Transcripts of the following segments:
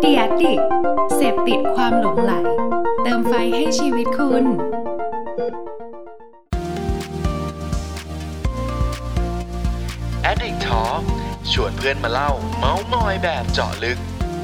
The Addict เสพติดความหลงใหลเติมไฟให้ชีวิตคุณ Addict Talk ชวนเพื่อนมาเล่าเม้าท์มอยแบบเจาะลึก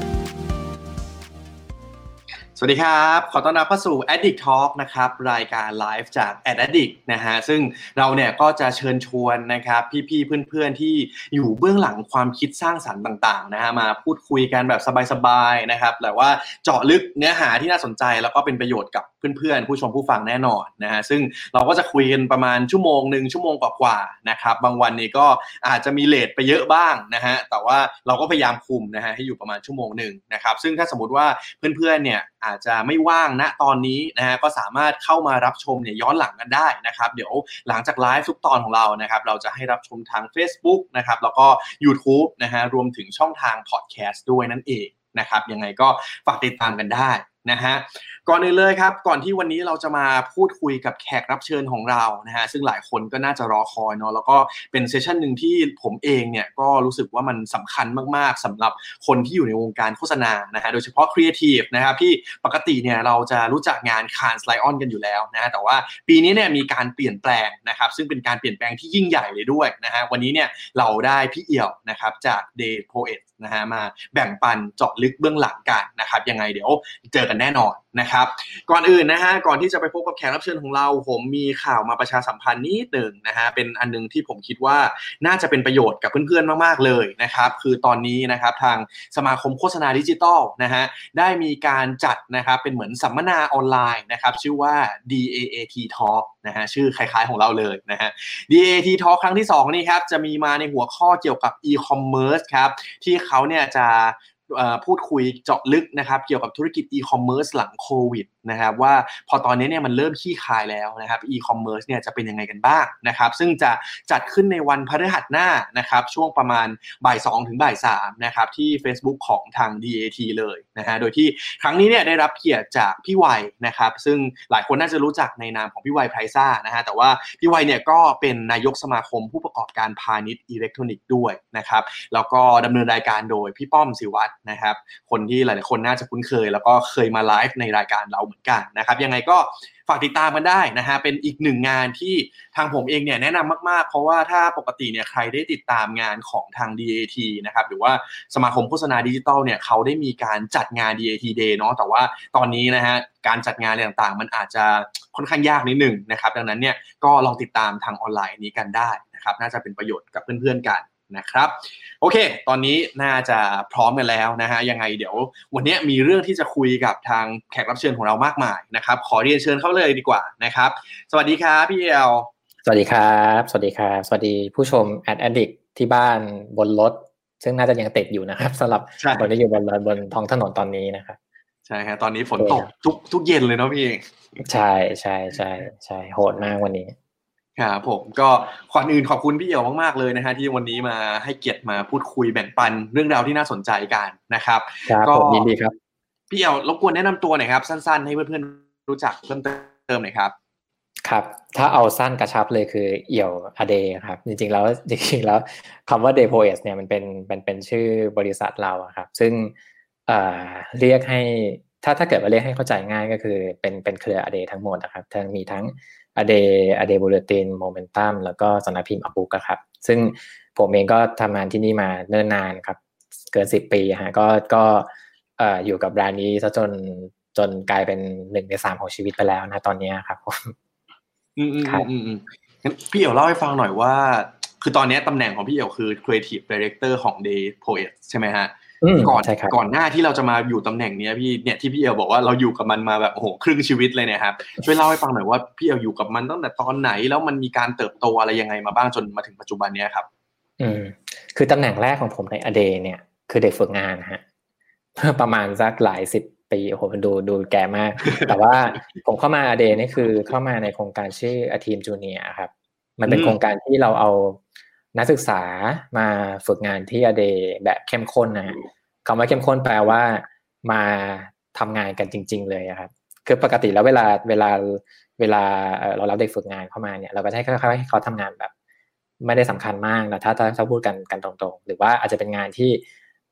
สวัสดีครับขอต้อนรับเข้าสู่ Addict Talk นะครับรายการไลฟ์จาก Addict นะฮะซึ่งเราเนี่ยก็จะเชิญชวนนะครับพี่ๆเพื่อนๆที่อยู่เบื้องหลังความคิดสร้างสรรค์ต่างๆนะฮะมาพูดคุยกันแบบสบายๆนะครับแต่ว่าเจาะลึกเนื้อหาที่น่าสนใจแล้วก็เป็นประโยชน์กับเพื่อนๆผู้ชมผู้ฟังแน่นอนนะฮะซึ่งเราก็จะคุยกันประมาณชั่วโมงกว่าๆนะครับบางวันนี้ก็อาจจะมีเลทไปเยอะบ้างนะฮะแต่ว่าเราก็พยายามคุมนะฮะให้อยู่ประมาณชั่วโมงนึงนะครับซึ่งถ้าสมมุติว่าเพื่อนๆเนี่ยอาจจะไม่ว่างณตอนนี้นะฮะก็สามารถเข้ามารับชมเนี่ยย้อนหลังกันได้นะครับเดี๋ยวหลังจากไลฟ์ทุกตอนของเรานะครับเราจะให้รับชมทาง Facebook นะครับแล้วก็ YouTube นะฮะรวมถึงช่องทางพอดแคสต์ด้วยนั่นเองนะครับยังไงก็ฝากติดตามกันได้นะฮะก่อนอื่นเลยครับก่อนที่วันนี้เราจะมาพูดคุยกับแขกรับเชิญของเรานะฮะซึ่งหลายคนก็น่าจะรอคอยเนาะแล้วก็เป็นเซสชั่นนึงที่ผมเองเนี่ยก็รู้สึกว่ามันสำคัญมากๆสำหรับคนที่อยู่ในวงการโฆษณานะฮะโดยเฉพาะครีเอทีฟนะครับที่ปกติเนี่ยเราจะรู้จักงาน Cannes Lions กันอยู่แล้วนะฮะแต่ว่าปีนี้เนี่ยมีการเปลี่ยนแปลงนะครับซึ่งเป็นการเปลี่ยนแปลงที่ยิ่งใหญ่เลยด้วยนะฮะวันนี้เนี่ยเราได้พี่เอี่ยวนะครับจาก Day Poets นะฮะมาแบ่งปันเจาะลึกเบื้องหลังกันนะครับยังไงเดี๋ยวเจอกันแน่นอนนะครับก่อนอื่นนะฮะก่อนที่จะไปพบกับแขกรับเชิญของเราผมมีข่าวมาประชาสัมพันธ์นิดหนึ่งนะฮะเป็นอันนึงที่ผมคิดว่าน่าจะเป็นประโยชน์กับเพื่อนๆมากๆเลยนะครับคือตอนนี้นะครับทางสมาคมโฆษณาดิจิทัลนะฮะได้มีการจัดนะครับเป็นเหมือนสัมมนาออนไลน์นะครับชื่อว่า DAAT Talk นะฮะชื่อคล้ายๆของเราเลยนะฮะ DAAT Talk ครั้งที่2นี่ครับจะมีมาในหัวข้อเกี่ยวกับ e-commerce ครับที่เขาเนี่ยจะพูดคุยเจาะลึกนะครับเกี่ยวกับธุรกิจ e-commerce หลังโควิดนะครับว่าพอตอนนี้เนี่ยมันเริ่มขี้คายแล้วนะครับ e-commerce เนี่ยจะเป็นยังไงกันบ้างนะครับซึ่งจะจัดขึ้นในวันพฤหัสหน้านะครับช่วงประมาณบ่าย 2 ถึงบ่าย 3นะครับที่ Facebook ของทาง DAT เลยนะฮะโดยที่ครั้งนี้เนี่ยได้รับเกียรติจากพี่วัยนะครับซึ่งหลายคนน่าจะรู้จักในนามของพี่วัยไพรซ่านะฮะแต่ว่าพี่วัยเนี่ยก็เป็นนายกสมาคมผู้ประกอบการพาณิชย์อิเล็กทรอนิกส์ด้วยนะครับแล้วก็ดำเนินรายการโดยพี่ป้อมศิวัตรนะครับคนที่หลายๆคนน่าจะคุ้นเคยแล้วก็เคยมาไลฟ์ในรายการเราเหมือนกันนะครับยังไงก็ฝากติดตามกันได้นะฮะเป็นอีกหนึ่งงานที่ทางผมเองเนี่ยแนะนำมากๆเพราะว่าถ้าปกติเนี่ยใครได้ติดตามงานของทาง DAT นะครับหรือว่าสมาคมโฆษณาดิจิทัลเนี่ยเขาได้มีการจัดงาน DAT Day เนาะแต่ว่าตอนนี้นะฮะการจัดงานอะไรต่างๆมันอาจจะค่อนข้างยากนิดนึงนะครับดังนั้นเนี่ยก็ลองติดตามทางออนไลน์นี้กันได้นะครับน่าจะเป็นประโยชน์กับเพื่อนๆกันนะครับโอเคตอนนี้น่าจะพร้อมกันแล้วนะฮะยังไงเดี๋ยววันนี้มีเรื่องที่จะคุยกับทางแขกรับเชิญของเรามากมายนะครับขอเรียนเชิญเข้าเลยดีกว่านะครับสวัสดีครับพี่เอลสวัสดีครับสวัสดีครับสวัสดีผู้ชม Addict ที่บ้านบนรถซึ่งน่าจะยังติดอยู่นะครับสำหรับคนที่อยู่บนท้องถนนตอนนี้นะครับใช่ครับตอนนี้ฝนตกทุกเย็นเลยเนาะพี่ใช่ใช่ใช่ใช่โหดมากวันนี้ครับผมก็ก่อนอื่นขอบคุณพี่เอี่ยวมากๆเลยนะฮะที่วันนี้มาให้เกียรติมาพูดคุยแบ่งปันเรื่องราวที่น่าสนใจกันนะครับก็ยินดีครับพี่เอี่ยวรบกวนแนะนำตัวหน่อยครับสั้นๆให้เพื่อนๆรู้จักเพิ่มเติมหน่อยครับครับถ้าเอาสั้นกระชับเลยคือเอี่ยวอเดย์ครับจริงๆแล้วคำว่า Day Poets เนี่ยมันเป็นชื่อบริษัทเราครับซึ่งเรียกให้ถ้าเกิดว่าเรียกให้เข้าใจง่ายก็คือเป็นเครืออเดย์ทั้งหมดนะครับมีทั้งอเดย์บูเลตินโมเมนตัมแล้วก็สำนักพิมพ์อัปบุ๊กครับซึ่งผมเองก็ทำงานที่นี่มาเนิ่นนานครับเกิน10 ปีฮะก็อยู่กับแบรนด์นี้ซะจนกลายเป็น1 ใน 3ของชีวิตไปแล้วนะตอนนี้ครับงั้นพี่เอ๋วเล่าให้ฟังหน่อยว่าคือตอนนี้ตำแหน่งของพี่เอ๋วคือ Creative Director ของ Day Poets ใช่ไหมฮะก่อนหน้าที่เราจะมาอยู่ตำแหน่งนี้พี่เนี่ยที่พี่เอ๋วบอกว่าเราอยู่กับมันมาแบบโอ้โหครึ่งชีวิตเลยเนี่ยครับช่วยเล่าให้ฟังหน่อยว่าพี่เอ๋วอยู่กับมันตั้งแต่ตอนไหนแล้วมันมีการเติบโตอะไรยังไงมาบ้างจนมาถึงปัจจุบันนี้ครับคือตำแหน่งแรกของผมใน Ade เนี่ยคือเด็กฝึกงานฮะประมาณสักหลาย10 ปีโอ้โหมันดูแก่มากแต่ว่าผมเข้ามา Ade นี่คือเข้ามาในโครงการชื่อ A Team Junior ครับมันเป็นโครงการที่เราเอานักศึกษามาฝึกงานที่ Ade แบบเข้มข้นนะคำว่าเข้มข้นแปลว่ามาทำงานกันจริงๆเลยครับคือปกติแล้วเวลาเรารับเด็กฝึกงานเข้ามาเนี่ยเราก็ให้เขาทำงานแบบไม่ได้สำคัญมากนะถ้าพูดกันตรงๆหรือว่าอาจจะเป็นงานที่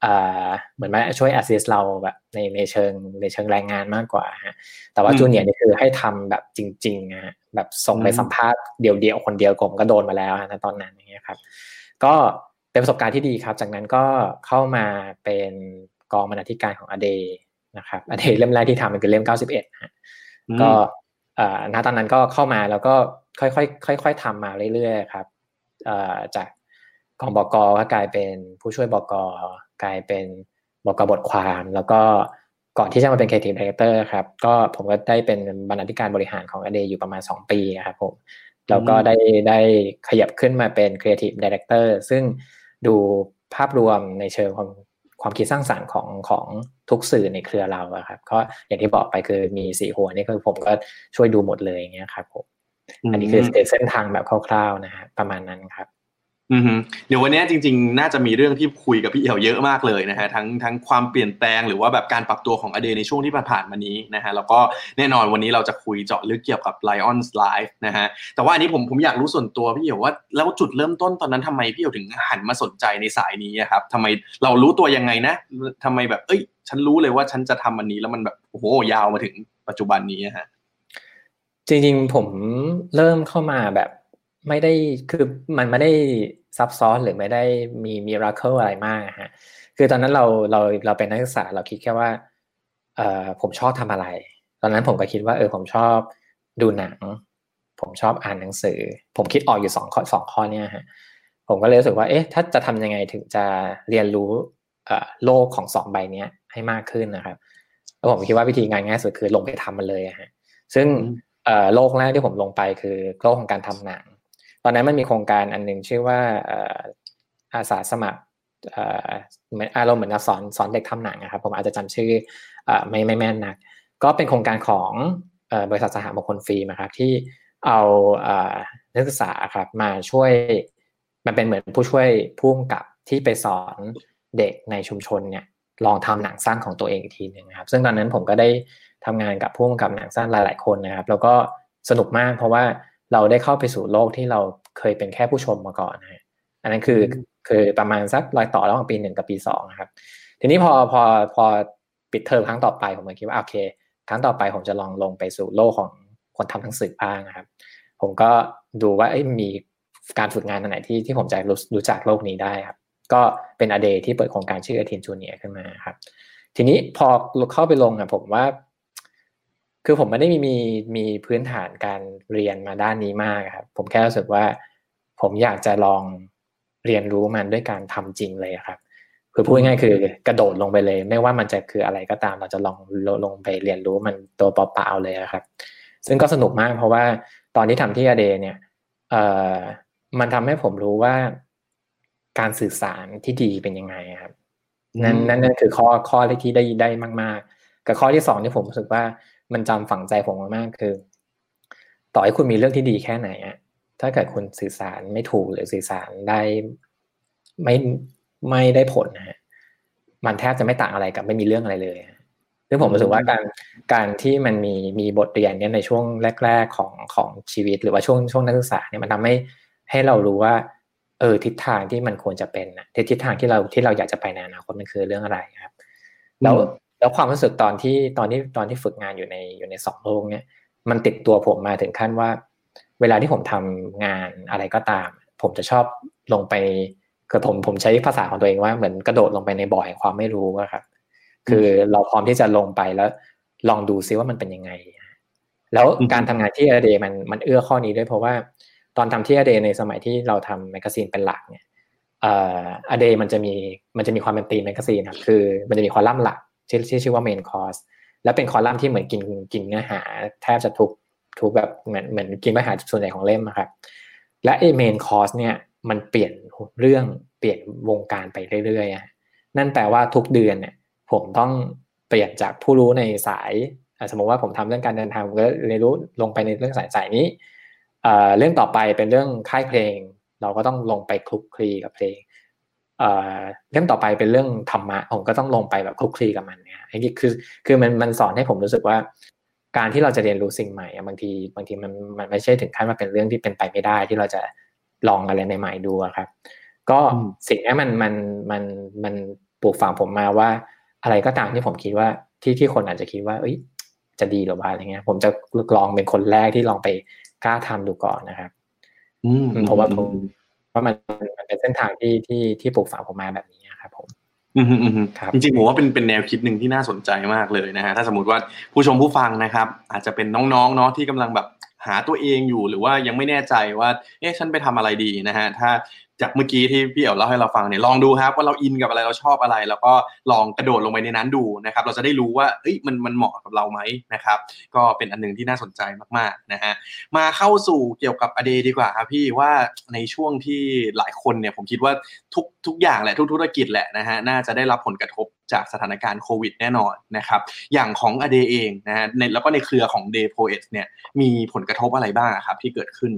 เหมือนมาช่วย assist เราแบบในเชิงแรงงานมากกว่าฮะแต่ว่าจูเนียร์นี่คือให้ทำแบบจริงๆนะฮะแบบส่งไปสัมภาษณ์เดี่ยวๆคนเดียวผมก็โดนมาแล้วฮะตอนนั้นอย่างเงี้ยครับก็เป็นประสบการณ์ที่ดีครับจากนั้นก็เข้ามาเป็นกองบรรณาธิการของอเดนะครับอเดเล่มแรกที่ทำมันคือเล่ม91ฮะก็ณตอนนั้นก็เข้ามาแล้วก็ค่อยๆทำมาเรื่อยๆครับจากกองบก.ก็กลายเป็นผู้ช่วยบก.กลายเป็นบก.บทความแล้วก็ก่อนที่จะมาเป็น Creative Director ครับก็ผมก็ได้เป็นบรรณาธิการบริหารของอเดอยู่ประมาณ2 ปีครับผมแล้วก็ได้ขยับขึ้นมาเป็น Creative Director ซึ่งดูภาพรวมในเชิงความคิดสร้างสรรค์ของทุกสื่อในเครือเราครับก็อย่างที่บอกไปคือมี4 หัวนี่คือผมก็ช่วยดูหมดเลยอย่างเงี้ยครับผมอันนี้คือเส้นทางแบบคร่าวๆนะฮะประมาณนั้นครับเดี๋ยววันนี้จริงๆน่าจะมีเรื่องที่คุยกับพี่เอี่ยวเยอะมากเลยนะฮะทั้งความเปลี่ยนแปลงหรือว่าแบบการปรับตัวของอเดในช่วงที่ผ่านมานี้นะฮะแล้วก็แน่นอนวันนี้เราจะคุยเจาะลึกเกี่ยวกับ Lions Live นะฮะแต่ว่าอันนี้ผมอยากรู้ส่วนตัวพี่เอี่ยวว่าแล้วจุดเริ่มต้นตอนนั้นทำไมพี่เอี่ยวถึงหันมาสนใจในสายนี้ครับทำไมเรารู้ตัวยังไงนะทำไมแบบฉันรู้เลยว่าฉันจะทำอันนี้แล้วมันแบบโอ้โหยาวมาถึงปัจจุบันนี้ฮะจริงๆผมเริ่มเข้ามาแบบไม่ได้คือมันไม่ได้ซับซ้อนหรือไม่ได้มีมิราเคิลอะไรมากฮะคือตอนนั้นเราเป็นนักศึกษาเราคิดแค่ว่าผมชอบทำอะไรตอนนั้นผมก็คิดว่าผมชอบดูหนังผมชอบอ่านหนังสือผมคิดออกอยู่2 ข้อเนี่ยฮะผมก็เลยรู้สึกว่าถ้าจะทำยังไงถึงจะเรียนรู้โลกของ2 ใบนี้ให้มากขึ้นนะครับแล้วผมคิดว่าวิธีง่ายสุดคือลงไปทำมันเลยฮะซึ่งโลกแรกที่ผมลงไปคือโลกของการทำหนังตอนนั้นมันมีโครงการอันนึงชื่อว่าอาสาสมัครเหมือนอารมณ์เหมือนสอนเด็กทำหนังนะครับผมอาจจะจำชื่อไม่แม่นนักก็เป็นโครงการของบริษัทสหมงคลฟิล์มครับที่เอานักศึกษาครับมาช่วยมันเป็นเหมือนผู้ช่วยผู้กำกับที่ไปสอนเด็กในชุมชนเนี่ยลองทำหนังสั้นของตัวเองอีกทีนึงนะครับซึ่งตอนนั้นผมก็ได้ทำงานกับผู้กำกับหนังสั้นหลายๆคนนะครับแล้วก็สนุกมากเพราะว่าเราได้เข้าไปสู่โลกที่เราเคยเป็นแค่ผู้ชมมาก่อนนะอันนั้นคือประมาณสักรอยต่อระหว่างปี 1กับปี 2นะครับทีนี้พอปิดเทอมครั้งต่อไปผมก็คิดว่าโอเคครั้งต่อไปผมจะลองลงไปสู่โลกของคนทำหนังสือบ้างนะครับผมก็ดูว่ามีการฝึกงานอันไหนที่ผมจะรู้จักโลกนี้ได้ครับก็เป็นอเดที่เปิดโครงการชื่อ Teen Junior ขึ้นมาครับทีนี้พอเข้าไปลงผมว่าคือผมไม่ได้มีพื้นฐานการเรียนมาด้านนี้มากครับผมแค่รู้สึกว่าผมอยากจะลองเรียนรู้มันด้วยการทำจริงเลยครับคือพูดง่ายๆคือกระโดดลงไปเลยไม่ว่ามันจะคืออะไรก็ตามเราจะลงไปเรียนรู้มันตัวเปล่าๆเลยครับซึ่งก็สนุกมากเพราะว่าตอนที่ทำที่อเดเนี่ยมันทำให้ผมรู้ว่าการสื่อสารที่ดีเป็นยังไงครับนั่นคือข้อที่ได้มากๆกับข้อที่2ที่ผมรู้สึกว่ามันจำฝังใจผมมากๆคือต่อให้คุณมีเรื่องที่ดีแค่ไหนถ้าเกิดคุณสื่อสารไม่ถูกหรือสื่อสารได้ไม่ได้ผลนะฮะมันแทบจะไม่ต่างอะไรกับไม่มีเรื่องอะไรเลยซึ่งผมรู้สึกว่าการที่มันมีบทเรียนเนี่ยในช่วงแรกๆของชีวิตหรือว่าช่วงนักศึกษาเนี่ยมันทำให้เรารู้ว่าทิศทางที่มันควรจะเป็นทิศทางที่เราอยากจะไปในอนาคตมันคือเรื่องอะไรครับแล้วความรู้สึกตอนที่ฝึกงานอยู่ใน2 โลกเนี่ยมันติดตัวผมมาถึงขั้นว่าเวลาที่ผมทำงานอะไรก็ตามผมจะชอบลงไปคือผมใช้ภาษาของตัวเองว่าเหมือนกระโดดลงไปในบ่อแห่งความไม่รู้ครับคือเราพร้อมที่จะลงไปแล้วลองดูซิว่ามันเป็นยังไงแล้วการทำงานที่อเดมันเอื้อข้อนี้ด้วยเพราะว่าตอนทำที่อเดในสมัยที่เราทำแมกกาซีนเป็นหลักเนี่ยอเดมันจะมีความเป็นธีมแมกกาซีนครับคือมันจะมีคอลัมน์หลักที่ชื่อว่าเมนคอร์สและเป็นคอลัมน์ที่เหมือนกินเนื้อหาแทบจะทุกแบบเหมือนกินเนื้อหาส่วนใหญ่ของเล่มครับและเมนคอร์สเนี่ยมันเปลี่ยนเรื่องเปลี่ยนวงการไปเรื่อยๆนั่นแปลว่าทุกเดือนเนี่ยผมต้องเปลี่ยนจากผู้รู้ในสายสมมติว่าผมทำเรื่องการเดินทางผมก็เรียนรู้ลงไปในเรื่องสายนี้เรื่องต่อไปเป็นเรื่องค่ายเพลงเราก็ต้องลงไปคลุกคลีกับเพลงเรื่องต่อไปเป็นเรื่องธรรมะผมก็ต้องลงไปแบบคลุกคลีกับมันเนี่ยอันนี้คือมันสอนให้ผมรู้สึกว่าการที่เราจะเรียนรู้สิ่งใหม่บางทีมันไม่ใช่ถึงขั้นว่าเป็นเรื่องที่เป็นไปไม่ได้ที่เราจะลองอะไรใหม่ๆดูครับก็สิ่งนี้มันปลูกฝังผมมาว่าอะไรก็ตามที่ผมคิดว่าที่คนอาจจะคิดว่าเอ้ยจะดีหรือว่าอะไรเงี้ยผมจะลองเป็นคนแรกที่ลองไปกล้าทำดูก่อนนะครับผมว่ามันเป็นเส้นทางที่ปลูกฝังผมมาแบบนี้ครับผมจริงๆผมว่าเป็นแนวคิดหนึ่งที่น่าสนใจมากเลยนะฮะถ้าสมมติว่าผู้ชมผู้ฟังนะครับอาจจะเป็นน้องๆเนาะที่กำลังแบบหาตัวเองอยู่หรือว่ายังไม่แน่ใจว่าฉันไปทำอะไรดีนะฮะถ้าจากเมื่อกี้ที่พี่เอ๋เล่าให้เราฟังเนี่ยลองดูครับว่าเราอินกับอะไรเราชอบอะไรแล้วก็ลองกระโดดลงไปในนั้นดูนะครับเราจะได้รู้ว่ามันเหมาะกับเราไหมนะครับก็เป็นอันนึงที่น่าสนใจมากๆนะฮะมาเข้าสู่เกี่ยวกับอเดย์ดีกว่าครับพี่ว่าในช่วงที่หลายคนเนี่ยผมคิดว่าทุกอย่างแหละทุกธุรกิจแหละนะฮะน่าจะได้รับผลกระทบจากสถานการณ์โควิดแน่นอนนะครับอย่างของอเดย์เองนะฮะแล้วก็ในเครือของ Daypoets เนี่ยมีผลกระทบอะไรบ้างครับที่เกิดขึ้น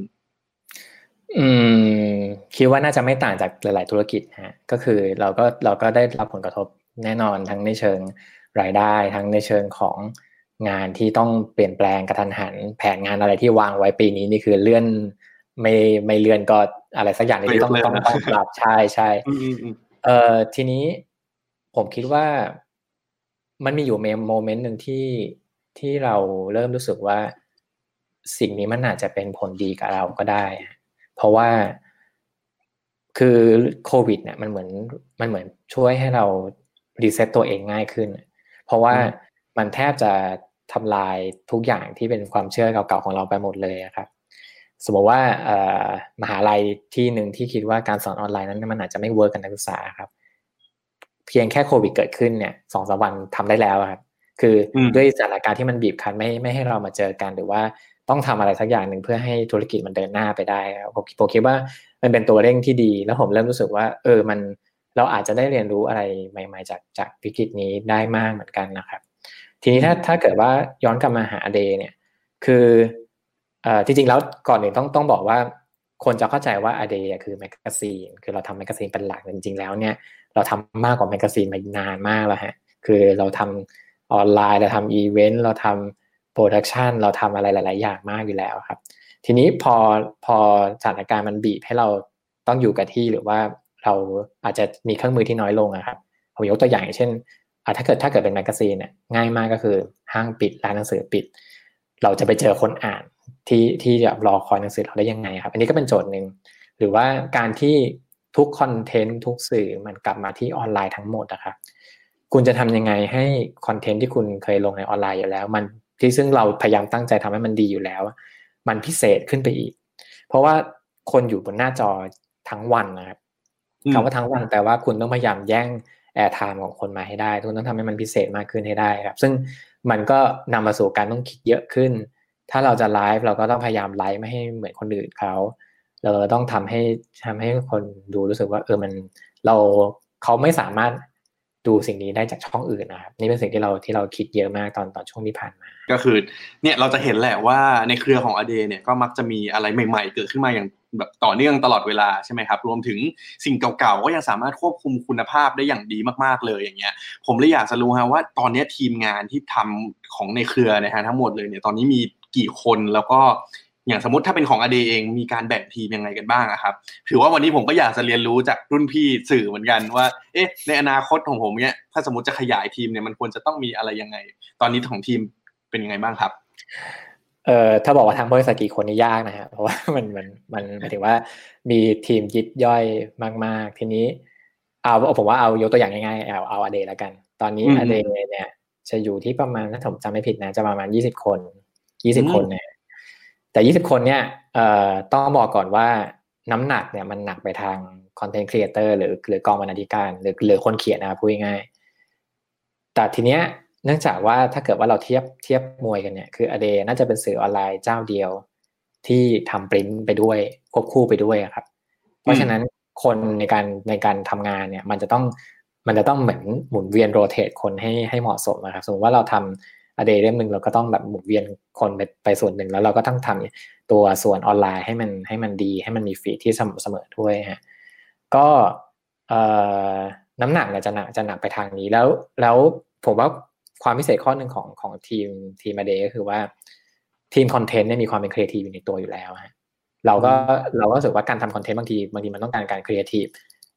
คิดว่าน่าจะไม่ต่างจากหลายๆธุรกิจฮะก็คือเราก็ได้รับผลกระทบแน่นอนทั้งในเชิงรายได้ทั้งในเชิงของงานที่ต้องเปลี่ยนแปลงกระทันหันแผนงานอะไรที่วางไว้ปีนี้นี่คือเลื่อนไม่เลื่อนก็อะไรสักอย่างที่ต้องปรับใช่ทีนี้ผมคิดว่ามันมีอยู่โมเมนต์หนึ่งที่เราเริ่มรู้สึกว่าสิ่งนี้มันอาจจะเป็นผลดีกับเราก็ได้เพราะว่าคือโควิดเนี่ยมันเหมือนช่วยให้เรารีเซ็ตตัวเองง่ายขึ้นเพราะว่ามันแทบจะทำลายทุกอย่างที่เป็นความเชื่อเก่าๆของเราไปหมดเลยครับสมมติว่ามหาลัยที่หนึ่งที่คิดว่าการสอนออนไลน์นั้นมันอาจจะไม่เวิร์กกับนักศึกษาครับเพียงแค่โควิดเกิดขึ้นเนี่ย2-3 วันทำได้แล้วครับคือด้วยสถานการณ์ที่มันบีบคั้นไม่ให้เรามาเจอกันหรือว่าต้องทำอะไรสักอย่างหนึ่งเพื่อให้ธุรกิจมันเดินหน้าไปได้ผมคิดว่ามันเป็นตัวเร่งที่ดีแล้วผมเริ่มรู้สึกว่ามันเราอาจจะได้เรียนรู้อะไรใหม่ๆจากวิกฤตนี้ได้มากเหมือนกันนะครับทีนี้ถ้าเกิดว่าย้อนกลับมาหาเดย์เนี่ยคือจริงๆแล้วก่อนหนึ่งต้องบอกว่าคนจะเข้าใจว่าอเดย์คือแมกกาซีนคือเราทำแมกกาซีนเป็นหลักจริงๆแล้วเนี่ยเราทำมากกว่าแมกกาซีนมานานมากแล้วฮะคือเราทำออนไลน์เราทำอีเวนต์เราทำโปรดักชันเราทำอะไรหลายๆอย่างมากอยู่แล้วครับทีนี้พอสถานการณ์มันบีบให้เราต้องอยู่กับที่หรือว่าเราอาจจะมีเครื่องมือที่น้อยลงนะครับผมยกตัวอย่างเช่นถ้าเกิดเป็นแมกกาซีนเนี่ยง่ายมากก็คือห้างปิดร้านหนังสือปิดเราจะไปเจอคนอ่านที่จะรอคอยหนังสือเราได้ยังไงครับอันนี้ก็เป็นโจทย์หนึ่งหรือว่าการที่ทุกคอนเทนต์ทุกสื่อมันกลับมาที่ออนไลน์ทั้งหมดนะครับคุณจะทำยังไงให้คอนเทนต์ที่คุณเคยลงในออนไลน์อยู่แล้วมันซึ่งเราพยายามตั้งใจทำให้มันดีอยู่แล้วมันพิเศษขึ้นไปอีกเพราะว่าคนอยู่บนหน้าจอทั้งวันนะครับคำว่าทั้งวันแปลว่าคุณต้องพยายามแย่งแอร์ไทม์ของคนมาให้ได้คุณต้องทำให้มันพิเศษมากขึ้นให้ได้ครับซึ่งมันก็นำมาสู่การต้องคิดเยอะขึ้นถ้าเราจะไลฟ์เราก็ต้องพยายามไลฟ์ไม่ให้เหมือนคนอื่นเขาเราต้องทำให้คนดูรู้สึกว่าเขาไม่สามารถดูสิ่งนี้ได้จากช่องอื่นนะครับนี่เป็นสิ่งที่เราคิดเยอะมากตอนช่วงที่ผ่านมาก็คือเนี่ยเราจะเห็นแหละว่าในเครือของอเดย์เนี่ยก็มักจะมีอะไรใหม่ๆเกิดขึ้นมาอย่างแบบต่อเนื่องตลอดเวลาใช่ไหมครับรวมถึงสิ่งเก่าๆก็ยังสามารถควบคุมคุณภาพได้อย่างดีมากๆเลยอย่างเงี้ยผมเลยอยากจะรู้ฮะว่าตอนนี้ทีมงานที่ทำของในเครือนะฮะทั้งหมดเลยเนี่ยตอนนี้มีกี่คนแล้วก็อย่างสมมติถ้าเป็นของอเดย์เองมีการแบ่งทีมยังไงกันบ้างครับถือว่าวันนี้ผมก็อยากจะเรียนรู้จากรุ่นพี่สื่อเหมือนกันว่าในอนาคตของผมเนี่ยถ้าสมมติจะขยายทีมเนี่ยมันควรจะต้องมีอะไรยังไงตอนนี้ของทีมเป็นยังไงบ้างครับถ้าบอกว่าทางบริษัทกี่คนนี่ยากนะฮะเพราะว่ามันหมายถึงว่ามีทีมยิบย่อยมากๆทีนี้ผมว่าเอายกตัวอย่างง่ายๆเอาอเดย์แล้วกันตอนนี้อเดย์เนี่ยจะอยู่ที่ประมาณถ้าผมจำไม่ผิดนะจะประมาณ20 คนเนี่ยแต่20 คนเนี่ยต้องบอกก่อนว่าน้ำหนักเนี่ยมันหนักไปทางคอนเทนต์ครีเอเตอร์หรือกองบรรณาธิการหรือคนเขียนนะพูดง่ายๆแต่ทีเนี้ยเนื่องจากว่าถ้าเกิดว่าเราเทียบมวยกันเนี่ยคืออเดย์น่าจะเป็นสื่อออนไลน์เจ้าเดียวที่ทำปริ้นไปด้วยควบคู่ไปด้วยครับเพราะฉะนั้นคนในการทำงานเนี่ยมันจะต้องเหมือนหมุนเวียนโรเตทคนให้เหมาะสมนะครับสมมติว่าเราทำอเดย์เล่มนึงเราก็ต้องแบบหมุนเวียนคนไปส่วนหนึ่งแล้วเราก็ต้องทำตัวส่วนออนไลน์ให้มันดีให้มันมีฟีดที่เสมอด้วยฮะก็น้ำหนักเนี่ยจะหนักไปทางนี้แล้วผมว่าความพิเศษข้อหนึ่งของทีมอเดย์ก็คือว่าทีมคอนเทนต์เนี่ยมีความเป็นครีเอทีฟอยู่ในตัวอยู่แล้วฮะเราก็รู้สึกว่าการทำคอนเทนต์บางทีมันต้องการการครีเอทีฟ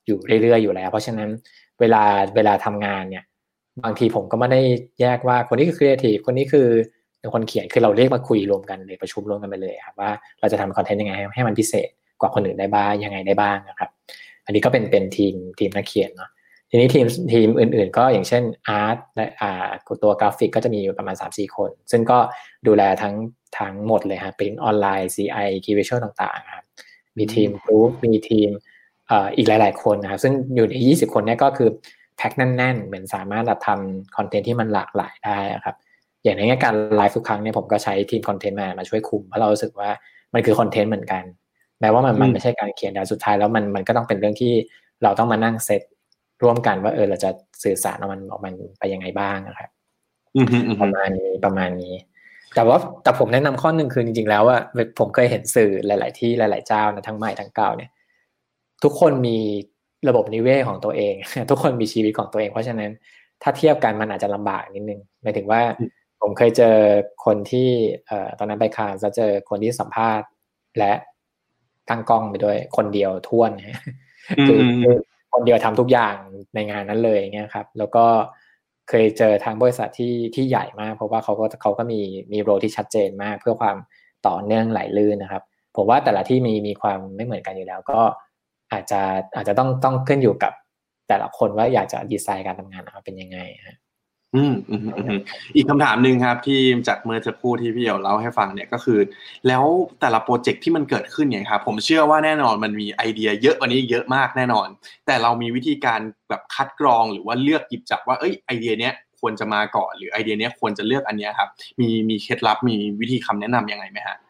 อยู่เรื่อยๆอยู่แล้วเพราะฉะนั้นเวลาทำงานเนี่ยบางทีผมก็ไม่ได้แยกว่าคนนี้คือครีเอทีฟคนนี้คือเป็นคนเขียนคือเราเรียกมาคุยรวมกันเลยประชุมรวมกันไปเลยครับว่าเราจะทำคอนเทนต์ยังไงให้มันพิเศษกว่าคนอื่นได้บ้างยังไงได้บ้างนะครับอันนี้ก็เป็นทีมนักเขียนเนาะทีนี้ทีมอื่นๆก็อย่างเช่นอาร์ตและตัวกราฟิกก็จะมีอยู่ประมาณ 3-4 คนซึ่งก็ดูแลทั้งหมดเลยฮะปริ้นออนไลน์ CI Key Visual ต่างๆครับมีทีมกรุ๊ปมีทีมอีกหลายๆคนนะครับซึ่งอยู่ใน20 คนนี้ก็คือแพ็คแน่นๆเหมือนสามารถทำคอนเทนต์ที่มันหลากหลายได้ครับอย่างในแง่การไลฟ์ทุกครั้งเนี่ยผมก็ใช้ทีมคอนเทนต์มาช่วยคุมเพราะเรารู้สึกว่ามันคือคอนเทนต์เหมือนกันแม้ว่ามันไม่ใช่การเขียนแต่สุดท้ายแล้วมันก็ต้องเป็นเรื่องที่เราต้องมานั่งเซตร่วมกันว่าเราจะสื่อสารออกมันไปยังไงบ้างนะครับประมาณนี้แต่ผมแนะนำข้อหนึ่งคือจริงๆแล้วว่าผมเคยเห็นสื่อหลายๆที่หลายๆเจ้านะทั้งใหม่ทั้งเก่าเนี่ยทุกคนมีระบบนิเวศของตัวเองทุกคนมีชีวิตของตัวเองเพราะฉะนั้นถ้าเทียบกันมันอาจจะลำบากนิดนึงหมายถึงว่าผมเคยเจอคนที่ตอนนั้นไปคานจะเจอคนที่สัมภาษณ์และตั้งกล้องไปด้วยคนเดียวท่วนคือคนเดียวทำทุกอย่างในงานนั้นเลยเงี้ยครับแล้วก็เคยเจอทางบริษัทที่ใหญ่มากเพราะว่าเขาก็มีโรที่ชัดเจนมากเพื่อความต่อเนื่องไหลลื่นนะครับผมว่าแต่ละที่มีความไม่เหมือนกันอยู่แล้วก็อาจจะต้องขึ้นอยู่กับแต่ละคนว่าอยากจะดีไซน์การทำงานออกมาเป็นยังไงฮะอีกคำถามหนึ่งครับที่จากเมื่อสักครู่ที่พี่เอ๋เล่าให้ฟังเนี่ยก็คือแล้วแต่ละโปรเจกต์ที่มันเกิดขึ้นเนี่ยครับผมเชื่อว่าแน่นอนมันมีไอเดียเยอะกว่านี้เยอะมากแน่นอนแต่เรามีวิธีการแบบคัดกรองหรือว่าเลือกหยิบจับว่าไอเดียเนี้ยควรจะมาก่อนหรือไอเดียเนี้ยควรจะเลือกอันเนี้ยครับมีเคล็ดลับมีวิธีคำแนะนำยังไงไหมฮะ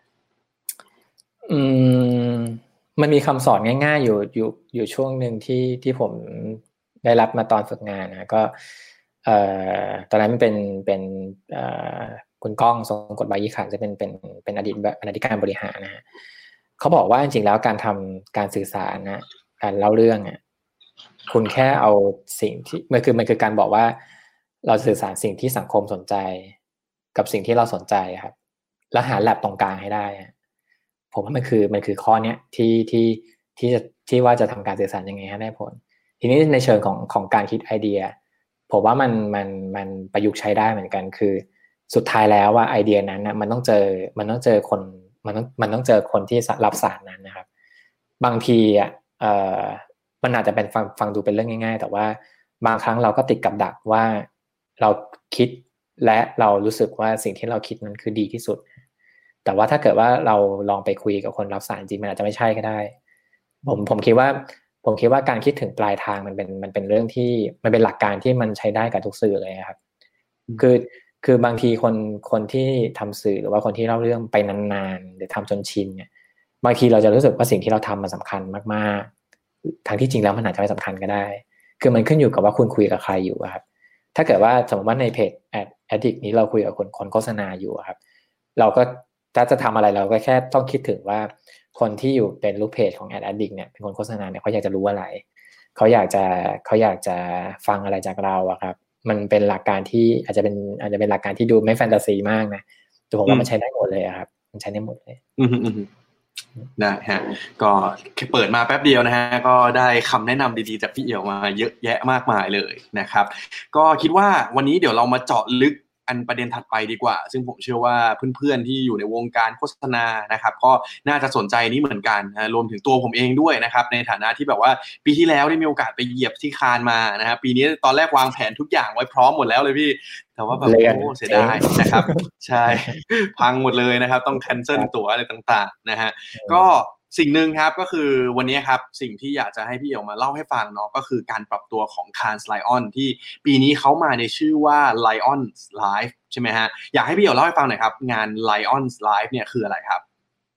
มันมีคำสอนง่ายๆอยู่ช่วงหนึ่งที่ผมได้รับมาตอนฝึกงานนะก็ตอนนั้นเป็นคุณก้องทรงกฎบายีขันจะเป็นอดีตบรรณาธิการบริหารนะฮะเขาบอกว่าจริงๆแล้วการทำการสื่อสารนะการเล่าเรื่องอ่ะคุณแค่เอาสิ่งที่มันคือการบอกว่าเราสื่อสารสิ่งที่สังคมสนใจกับสิ่งที่เราสนใจครับแล้วหาแลบตรงกลางให้ได้ผมว่ามันคือข้อเนี้ยที่ว่าจะทำการสื่อสารยังไงให้ได้ผลทีนี้ในเชิงของการคิดไอเดียผมว่ามันประยุกต์ใช้ได้เหมือนกันคือสุดท้ายแล้วว่าไอเดียนั้นนะมันต้องเจอคนมันต้องเจอคนที่รับสารนั้นนะครับบางทีมันอาจจะเป็นฟังดูเป็นเรื่องง่ายๆแต่ว่าบางครั้งเราก็ติดกับดักว่าเราคิดและเรารู้สึกว่าสิ่งที่เราคิดนั้นคือดีที่สุดแต่ว่าถ้าเกิดว่าเราลองไปคุยกับคนรับสารจริงมันอาจจะไม่ใช่ก็ได้ผมคิดว่าการคิดถึงปลายทางมันเป็นเรื่องที่มันเป็นหลักการที่มันใช้ได้กับทุกสื่อเลยครับคือบางทีคนที่ทำสื่อหรือว่าคนที่เล่าเรื่องไปนานๆหรือทำจนชินเนี่ยบางทีเราจะรู้สึกว่าสิ่งที่เราทำมันสำคัญมากๆทั้งที่จริงแล้วมันอาจจะไม่สำคัญก็ได้คือมันขึ้นอยู่กับว่าคุณคุยกับใครอยู่ครับถ้าเกิดว่าสมมติว่าในเพจAddict นี้เราคุยกับคนโฆษณาอยู่ครับเราก็ถ้าจะทำอะไรเราก็แค่ต้องคิดถึงว่าคนที่อยู่เป็นลูกเพจของ Addict เนี่ยเป็นคนโฆษณาเนี่ยเขาอยากจะรู้อะไรเขาอยากจะฟังอะไรจากเราอะครับมันเป็นหลักการที่อาจจะเป็นหลักการที่ดูไม่แฟนตาซีมากนะแต่ผมว่ามันใช้ได้หมดเลยครับมันใช้ได้หมดเลยได้ฮะก็เปิดมาแป๊บเดียวนะฮะก็ได้คำแนะนำดีๆจากพี่เอี่ยวมาเยอะแยะมากมายเลยนะครับก็คิดว่าวันนี้เดี๋ยวเรามาเจาะลึกอันประเด็นถัดไปดีกว่าซึ่งผมเชื่อว่าเพื่อนๆที่อยู่ในวงการโฆษณานะครับก็น่าจะสนใจนี้เหมือนกันนะรวมถึงตัวผมเองด้วยนะครับในฐานะที่แบบว่าปีที่แล้วได้มีโอกาสไปเหยียบที่คานมานะครับปีนี้ตอนแรกวางแผนทุกอย่างไว้พร้อมหมดแล้วเลยพี่แต่ว่าแบบโอ้เสียดายนะครับใช่พังหมดเลยนะครับต้องแคนเซิลตั๋วอะไรต่างๆนะฮะก็สิ่งหนึ่งครับก็คือวันนี้ครับสิ่งที่อยากจะให้พี่เอ๋มาเล่าให้ฟังเนาะก็คือการปรับตัวของ Cannes Lion ที่ปีนี้เขามาในชื่อว่า Lions Live ใช่ไหมฮะอยากให้พี่เอ๋เล่าให้ฟังหน่อยครับงาน Lions Live เนี่ยคืออะไรครับ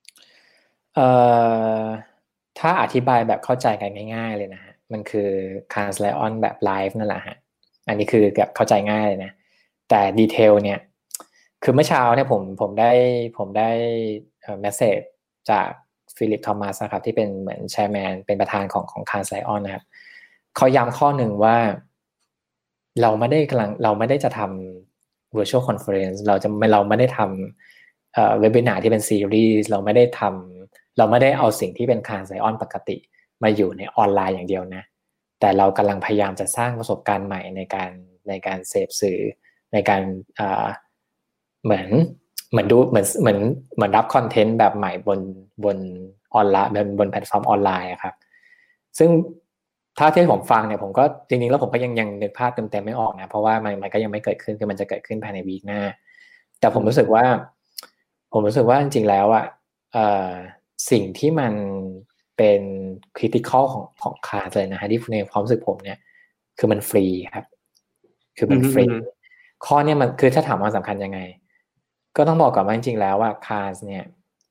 ถ้าอธิบายแบบเข้าใจกันง่ายๆเลยนะฮะมันคือ Cannes Lion แบบ Live นั่นแหละฮะอันนี้คือแบบเข้าใจง่ายเลยนะแต่ดีเทลเนี่ยคือเมื่อเช้าเนี่ยผมได้เมสเสจจากฟิลิปทอมัสนะครับที่เป็นเหมือนแชร์แมนเป็นประธานของคานไซออนนะครับเขาย้ำข้อหนึ่งว่าเราไม่ได้จะทำ virtual conference เราไม่ได้ทำเว็บนาร์ที่เป็นซีรีส์เราไม่ได้เอาสิ่งที่เป็นคานไซออนปกติมาอยู่ในออนไลน์อย่างเดียวนะแต่เรากำลังพยายามจะสร้างประสบการณ์ใหม่ในการเสพสื่อในการเหมือนดูเหมือนรับคอนเทนต์แบบใหม่บนออนไลน์บนแพลตฟอร์มออนไลน์ครับซึ่งถ้าที่ผมฟังเนี่ยผมก็จริงๆแล้วผมก็ยังนึกภาพเต็มๆไม่ออกนะเพราะว่ามันก็ยังไม่เกิดขึ้นคือมันจะเกิดขึ้นภายในวีคหน้าแต่ผมรู้สึกว่าจริงๆแล้วอ่ะสิ่งที่มันเป็นคริติคอลของคาเลยนะฮะที่ในความรู้สึกผมเนี่ยคือมันฟรีครับคือมันฟรีข้อเนี่ยมันคือถ้าถามว่าสำคัญยังไงก็ต้องบอกก่อนว่าจริงๆแล้วว่าคาสเนี่ย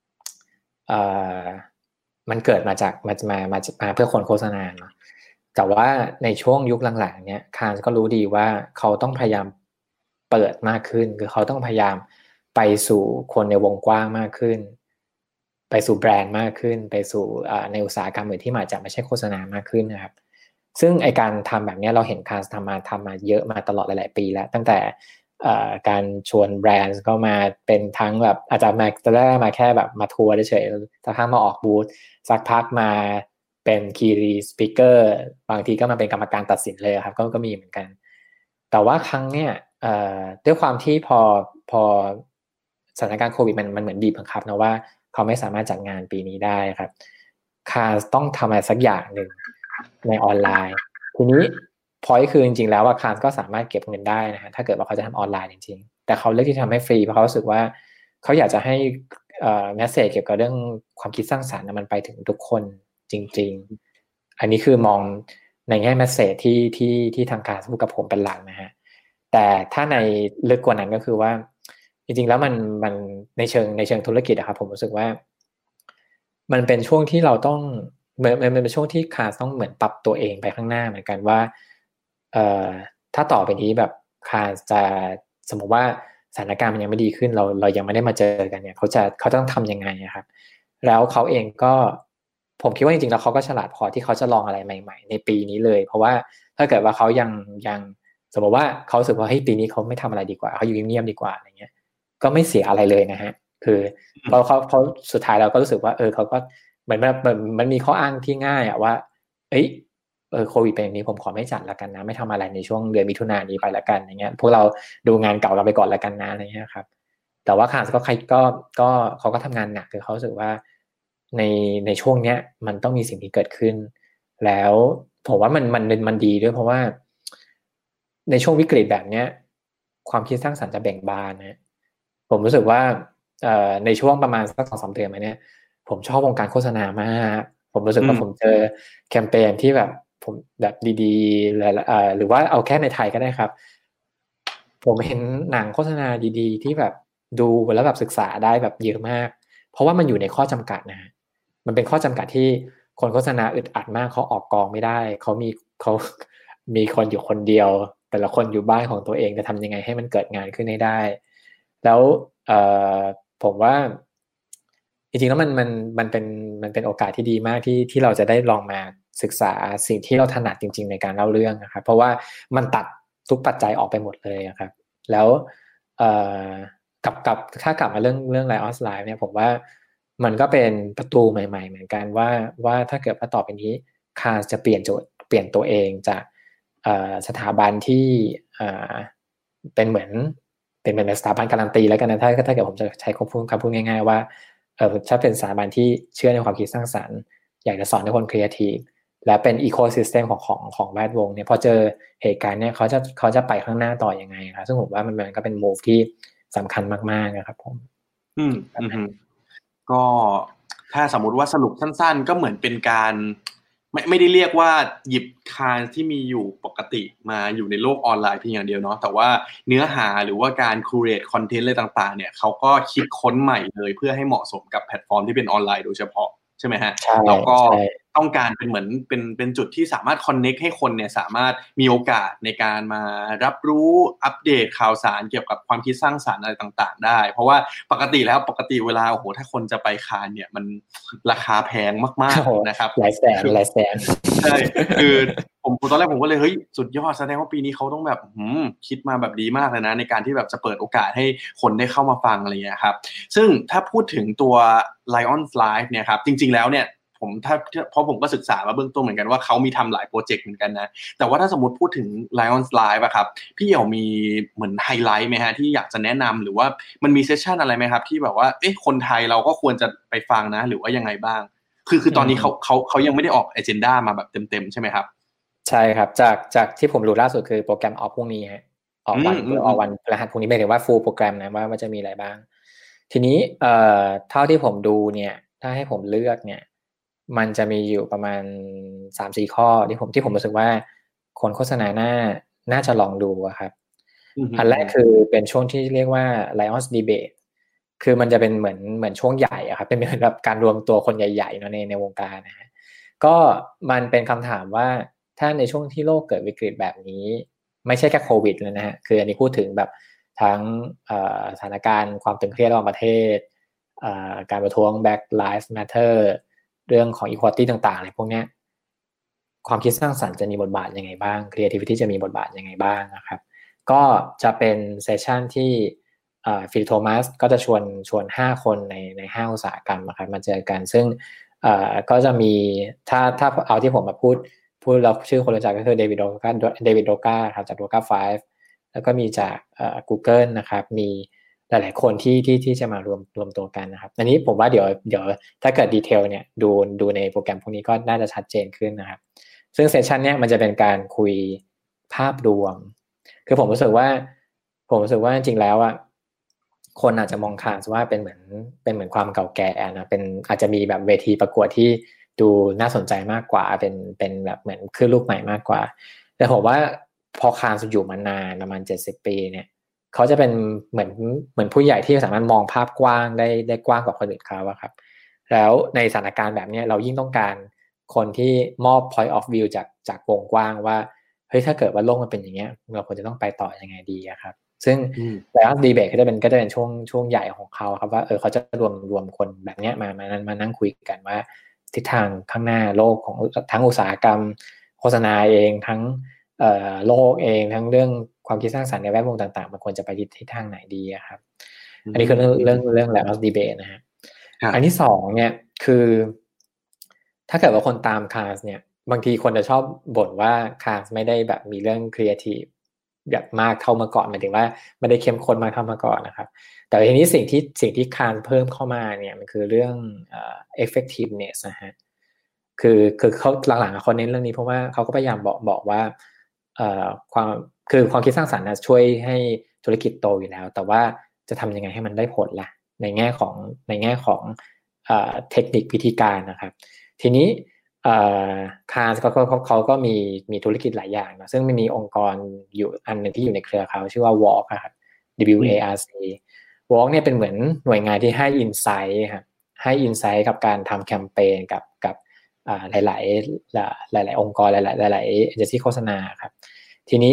มันเกิดมาจากมาเพื่อคนโฆษณาเนาะแต่ว่าในช่วงยุคหลังๆเนี่ยคาสก็รู้ดีว่าเขาต้องพยายามเปิดมากขึ้นคือเขาต้องพยายามไปสู่คนในวงกว้างมากขึ้นไปสู่แบรนด์มากขึ้นไปสู่ในอุตสาหกรรมอื่นที่มาจากไม่ใช่โฆษณามากขึ้นนะครับซึ่งไอการทำแบบนี้เราเห็นคาสทำมาเยอะมาตลอดหลายๆปีแล้วตั้งแต่การชวนแบรนด์ก็มาเป็นทั้งแบบอาจจะมาจะได้มาแค่แบบมาทัวร์เฉยๆสักพักมาออกบูธสักพักมาเป็นคีย์สปีกเกอร์บางทีก็มาเป็นกรรมการตัดสินเลยครับก็มีเหมือนกันแต่ว่าครั้งเนี้ยด้วยความที่พอสถานการณ์โควิดมันเหมือนบีบบังคับนะว่าเขาไม่สามารถจัดงานปีนี้ได้ครับคาสต้องทำอะไรสักอย่างหนึ่งในออนไลน์ทีนี้พอยต์คือจริงๆแล้วว่าคาสก็สามารถเก็บเงินได้นะฮะถ้าเกิดว่าเขาจะทำออนไลน์จริงๆแต่เขาเลือกที่จะทำให้ฟรีเพราะเขารู้สึกว่าเขาอยากจะให้เมสเสจเกี่ยวกับเรื่องความคิดสร้างสรรค์มันไปถึงทุกคนจริงๆอันนี้คือมองในแง่เมสเสจที่ทางคาสพูดกับผมเป็นหลักนะฮะแต่ถ้าในลึกกว่านั้นก็คือว่าจริงๆแล้วมันในเชิงธุรกิจอะครับผมรู้สึกว่ามันเป็นช่วงที่เราต้องมันเป็นช่วงที่คาสต้องเหมือนปรับตัวเองไปข้างหน้าเหมือนกันว่าถ้าต่อไปนี้แบบคาสจะสมมติว่าสถานการณ์มันยังไม่ดีขึ้นเรายังไม่ได้มาเจอกันเนี่ยเขาต้องทำยังไงครับแล้วเขาเองก็ผมคิดว่าจริงๆแล้วเขาก็ฉลาดพอที่เขาจะลองอะไรใหม่ๆในปีนี้เลยเพราะว่าถ้าเกิดว่าเขายังสมมติว่าเขารู้สึกว่าเฮ้ยปีนี้เขาไม่ทำอะไรดีกว่าเขาอยู่เงียบๆดีกว่าอะไรเงี้ยก็ไม่เสียอะไรเลยนะฮะคือเขาสุดท้ายเราก็รู้สึกว่าเขาก็เหมือนมันมีข้ออ้างที่ง่ายอะว่าโควิดเป็นอย่างนี้ผมขอไม่จัดละกันนะไม่ทำอะไรในช่วงเดือนมิถุนายนนี้ไปละกันอย่างเงี้ยพวกเราดูงานเก่าเราไปก่อนละกันนะอะไรเงี้ยครับแต่ว่าคาสก็เขาก็ทำงานหนักคือเขารู้สึกว่าในช่วงเนี้ยมันต้องมีสิ่งที่เกิดขึ้นแล้วผมว่ามันดีด้วยเพราะว่าในช่วงวิกฤตแบบเนี้ยความคิดสร้างสรรค์จะเบ่งบานนะผมรู้สึกว่าในช่วงประมาณสัก 2-3 เดือนมาเนี้ยผมชอบวงการโฆษณามากผมรู้สึกว่าผมเจอแคมเปญที่แบบผมแบบดีๆหรือว่าเอาแค่ในไทยก็ได้ครับผมเห็นหนังโฆษณาดีๆที่แบบดูแล้วแบบศึกษาได้แบบเยอะมากเพราะว่ามันอยู่ในข้อจำกัดนะมันเป็นข้อจำกัดที่คนโฆษณาอึดอัดมากเขาออกกองไม่ได้เขามีคนอยู่คนเดียวแต่ละคนอยู่บ้านของตัวเองจะทำยังไงให้มันเกิดงานขึ้นให้ได้แล้วผมว่าจริงๆแล้วมันเป็นโอกาสที่ดีมากที่เราจะได้ลองมาศึกษาสิ่งที่เราถนัดจริงๆในการเล่าเรื่องนะครับเพราะว่ามันตัดทุกปัจจัยออกไปหมดเลยครับแล้วกับถ้ากลับมาเรื่อง Lions Live เนี่ยผมว่ามันก็เป็นประตูใหม่ๆเหมือนกันว่าถ้าเกิดว่าต่อไปนี้คาจะเปลี่ยนตัวเองจากสถาบันที่เป็นเหมือนสถาบันการันตีแล้วกันนะถ้าเกิดผมจะใช้คำพูดง่ายๆว่าถ้าเป็นสถาบันที่เชื่อในความคิดสร้างสรรค์อยากจะสอนให้คนครีเอทีฟและเป็นอีโคซิสเต็มของแวดวงเนี่ยพอเจอเหตุการณ์เนี่ยเขาจะไปข้างหน้าต่อยังไงครับซึ่งผมว่ามันก็เป็น move ที่สำคัญมากๆนะครับผมก็ถ้าสมมุติว่าสรุปสั้นๆก็เหมือนเป็นการไม่ได้เรียกว่าหยิบคานที่มีอยู่ปกติมาอยู่ในโลกออนไลน์เพียงอย่างเดียวเนาะแต่ว่าเนื้อหาหรือว่าการคูเรตคอนเทนต์อะไรต่างๆเนี่ยเขาก็คิดค้นใหม่เลยเพื่อให้เหมาะสมกับแพลตฟอร์มที่เป็นออนไลน์โดยเฉพาะใช่ไหมฮะแล้วก็ต้องการเป็นเหมือนเป็นจุดที่สามารถคอนเนคให้คนเนี่ยสามารถมีโอกาสในการมารับรู้อัปเดตข่าวสารเกี่ยวกับความคิดสร้างสรรค์อะไรต่างๆได้เพราะว่าปกติเวลาถ้าคนจะไปคานเนี่ยมันราคาแพงมากๆนะครับหลายแสนใช่คือผมตอนแรกผมก็เลยเฮ้ยสุดยอดแสดงว่าปีนี้เขาต้องแบบคิดมาแบบดีมากเลยนะในการที่แบบจะเปิดโอกาสให้คนได้เข้ามาฟังอะไรเงี้ยครับซึ่งถ้าพูดถึงตัว Lions Live เนี่ยครับจริงๆแล้วเนี่ยเพราะผมก็ศึกษามาเบื้องต้นเหมือนกันว่าเขามีทำหลายโปรเจกต์เหมือนกันนะแต่ว่าถ้าสมมติพูดถึง Lions Live อะครับพี่เอี่ยวมีเหมือนไฮไลท์ไหมฮะที่อยากจะแนะนำหรือว่ามันมีเซสชั่นอะไรไหมครับที่แบบว่าคนไทยเราก็ควรจะไปฟังนะหรือว่ายังไงบ้างคือตอนนี้เขายังไม่ได้ออกเอเจนดามาแบบเต็มๆใช่ไหมครับใช่ครับจากที่ผมรู้ล่าสุดคือโปรแกรมออกพรุ่งนี้ฮะออกวันพฤหัสพรุ่งนี้ไม่ถึงว่าฟูลโปรแกรมนะว่าจะมีอะไรบ้างทีนี้เท่าที่ผมดูเนี่ยถ้าให้ผมเลือกเนี่ยมันจะมีอยู่ประมาณ 3-4 ข้อที่ผมรู้สึกว่าคนโฆษณาน่าจะลองดูครับอันแรกคือเป็นช่วงที่เรียกว่า Lions Debate คือมันจะเป็นเหมือนช่วงใหญ่อะครับเป็นเหมือนแบบการรวมตัวคนใหญ่ๆเนาะในวงการนะฮะก็มันเป็นคำถามว่าถ้าในช่วงที่โลกเกิดวิกฤตแบบนี้ไม่ใช่แค่โควิดเลยนะฮะคืออันนี้พูดถึงแบบทั้งสถานการณ์ความตึงเครียดระหว่างประเทศการประท้วง Black Lives Matter เรื่องของ equality ต่างๆอะไรพวกนี้ความคิดสร้างสรรค์จะมีบทบาทยังไงบ้าง creativity จะมีบทบาทยังไงบ้างนะครับก็จะเป็นเซสชั่นที่ฟิลโทมัสก็จะชวน5คนใน5อุตสาหกรรมนะครับมาเจอกันซึ่งก็จะมีถ้าเอาที่ผมมาพูดเราชื่อคนรู้จักก็คือเดวิดโดกาครับจากโดกา5แล้วก็มีจากGoogle นะครับมีหลายๆคนที่จะมารวมตัวกันนะครับอันนี้ผมว่าเดี๋ยวถ้าเกิดดีเทลเนี่ยดูในโปรแกรมพวกนี้ก็น่าจะชัดเจนขึ้นนะครับซึ่งเซสชันเนี้ยมันจะเป็นการคุยภาพรวมคือผมรู้สึกว่าจริงๆแล้วอ่ะคนอาจจะมองคานว่าเป็นเหมือนความเก่าแก่นะเป็นอาจจะมีแบบเวทีประกวดที่ดูน่าสนใจมากกว่าเป็นแบบเหมือนคลื่นลูกใหม่มากกว่าแต่ผมว่าพอคานอยู่มานานประมาณ70 ปีเนี่ยเขาจะเป็นเหมือนผู้ใหญ่ที่สามารถมองภาพกว้างได้กว้างกว่าคนอื่นเขาอะครับแล้วในสถานการณ์แบบนี้เรายิ่งต้องการคนที่มอบ point of view จากวงกว้างว่าเฮ้ยถ้าเกิดว่าโลกมันเป็นอย่างเงี้ยเราควรจะต้องไปต่อยังไงดีอะครับซึ่งแล้วดีเบตก็จะเป็นช่วงใหญ่ของเขาครับว่าเขาจะรวมคนแบบนี้มานั่งคุยกันว่าทิศทางข้างหน้าโลกของทั้งอุตสาหกรรมโฆษณาเองทั้งโลกเองทั้งเรื่องความคิดสร้างสรรค์ในแวดวงต่างๆมันควรจะไปทิศทางไหนดีครับอันนี้คือเรื่องแล้วดีเบตนะฮะอันที่สองเนี่ยคือถ้าเกิดว่าคนตามคลาสเนี่ยบางทีคนจะชอบบ่นว่าคลาสไม่ได้แบบมีเรื่องครีเอทีฟแบบมากเท่าเมื่อก่อนหมายถึงว่าไม่ได้เข้มข้นมากเท่าเมื่อก่อนนะครับแต่ทีนี้สิ่งที่คลาสเพิ่มเข้ามาเนี่ยมันคือเรื่องeffectiveness นะฮะคือเขาหลังๆเขาเน้นเรื่องนี้เพราะว่าเขาก็พยายามบอกว่าความคิดสร้างสรรค์นะช่วยให้ธุรกิจโตอยู่แล้วแต่ว่าจะทำยังไงให้มันได้ผลล่ะในแง่ของเทคนิควิธีการนะครับทีนี้คาร์เขาก็มีธุรกิจหลายอย่างนะซึ่งมันมีองค์กรอยู่อันหนึ่งที่อยู่ในเครือเขาชื่อว่า WARC ครับ WARC WARC เนี่ยเป็นเหมือนหน่วยงานที่ให้ insight ครับให้ insight กับการทำแคมเปญกับหลายองค์กรหลายเอเจนซี่โฆษณาครับทีนี้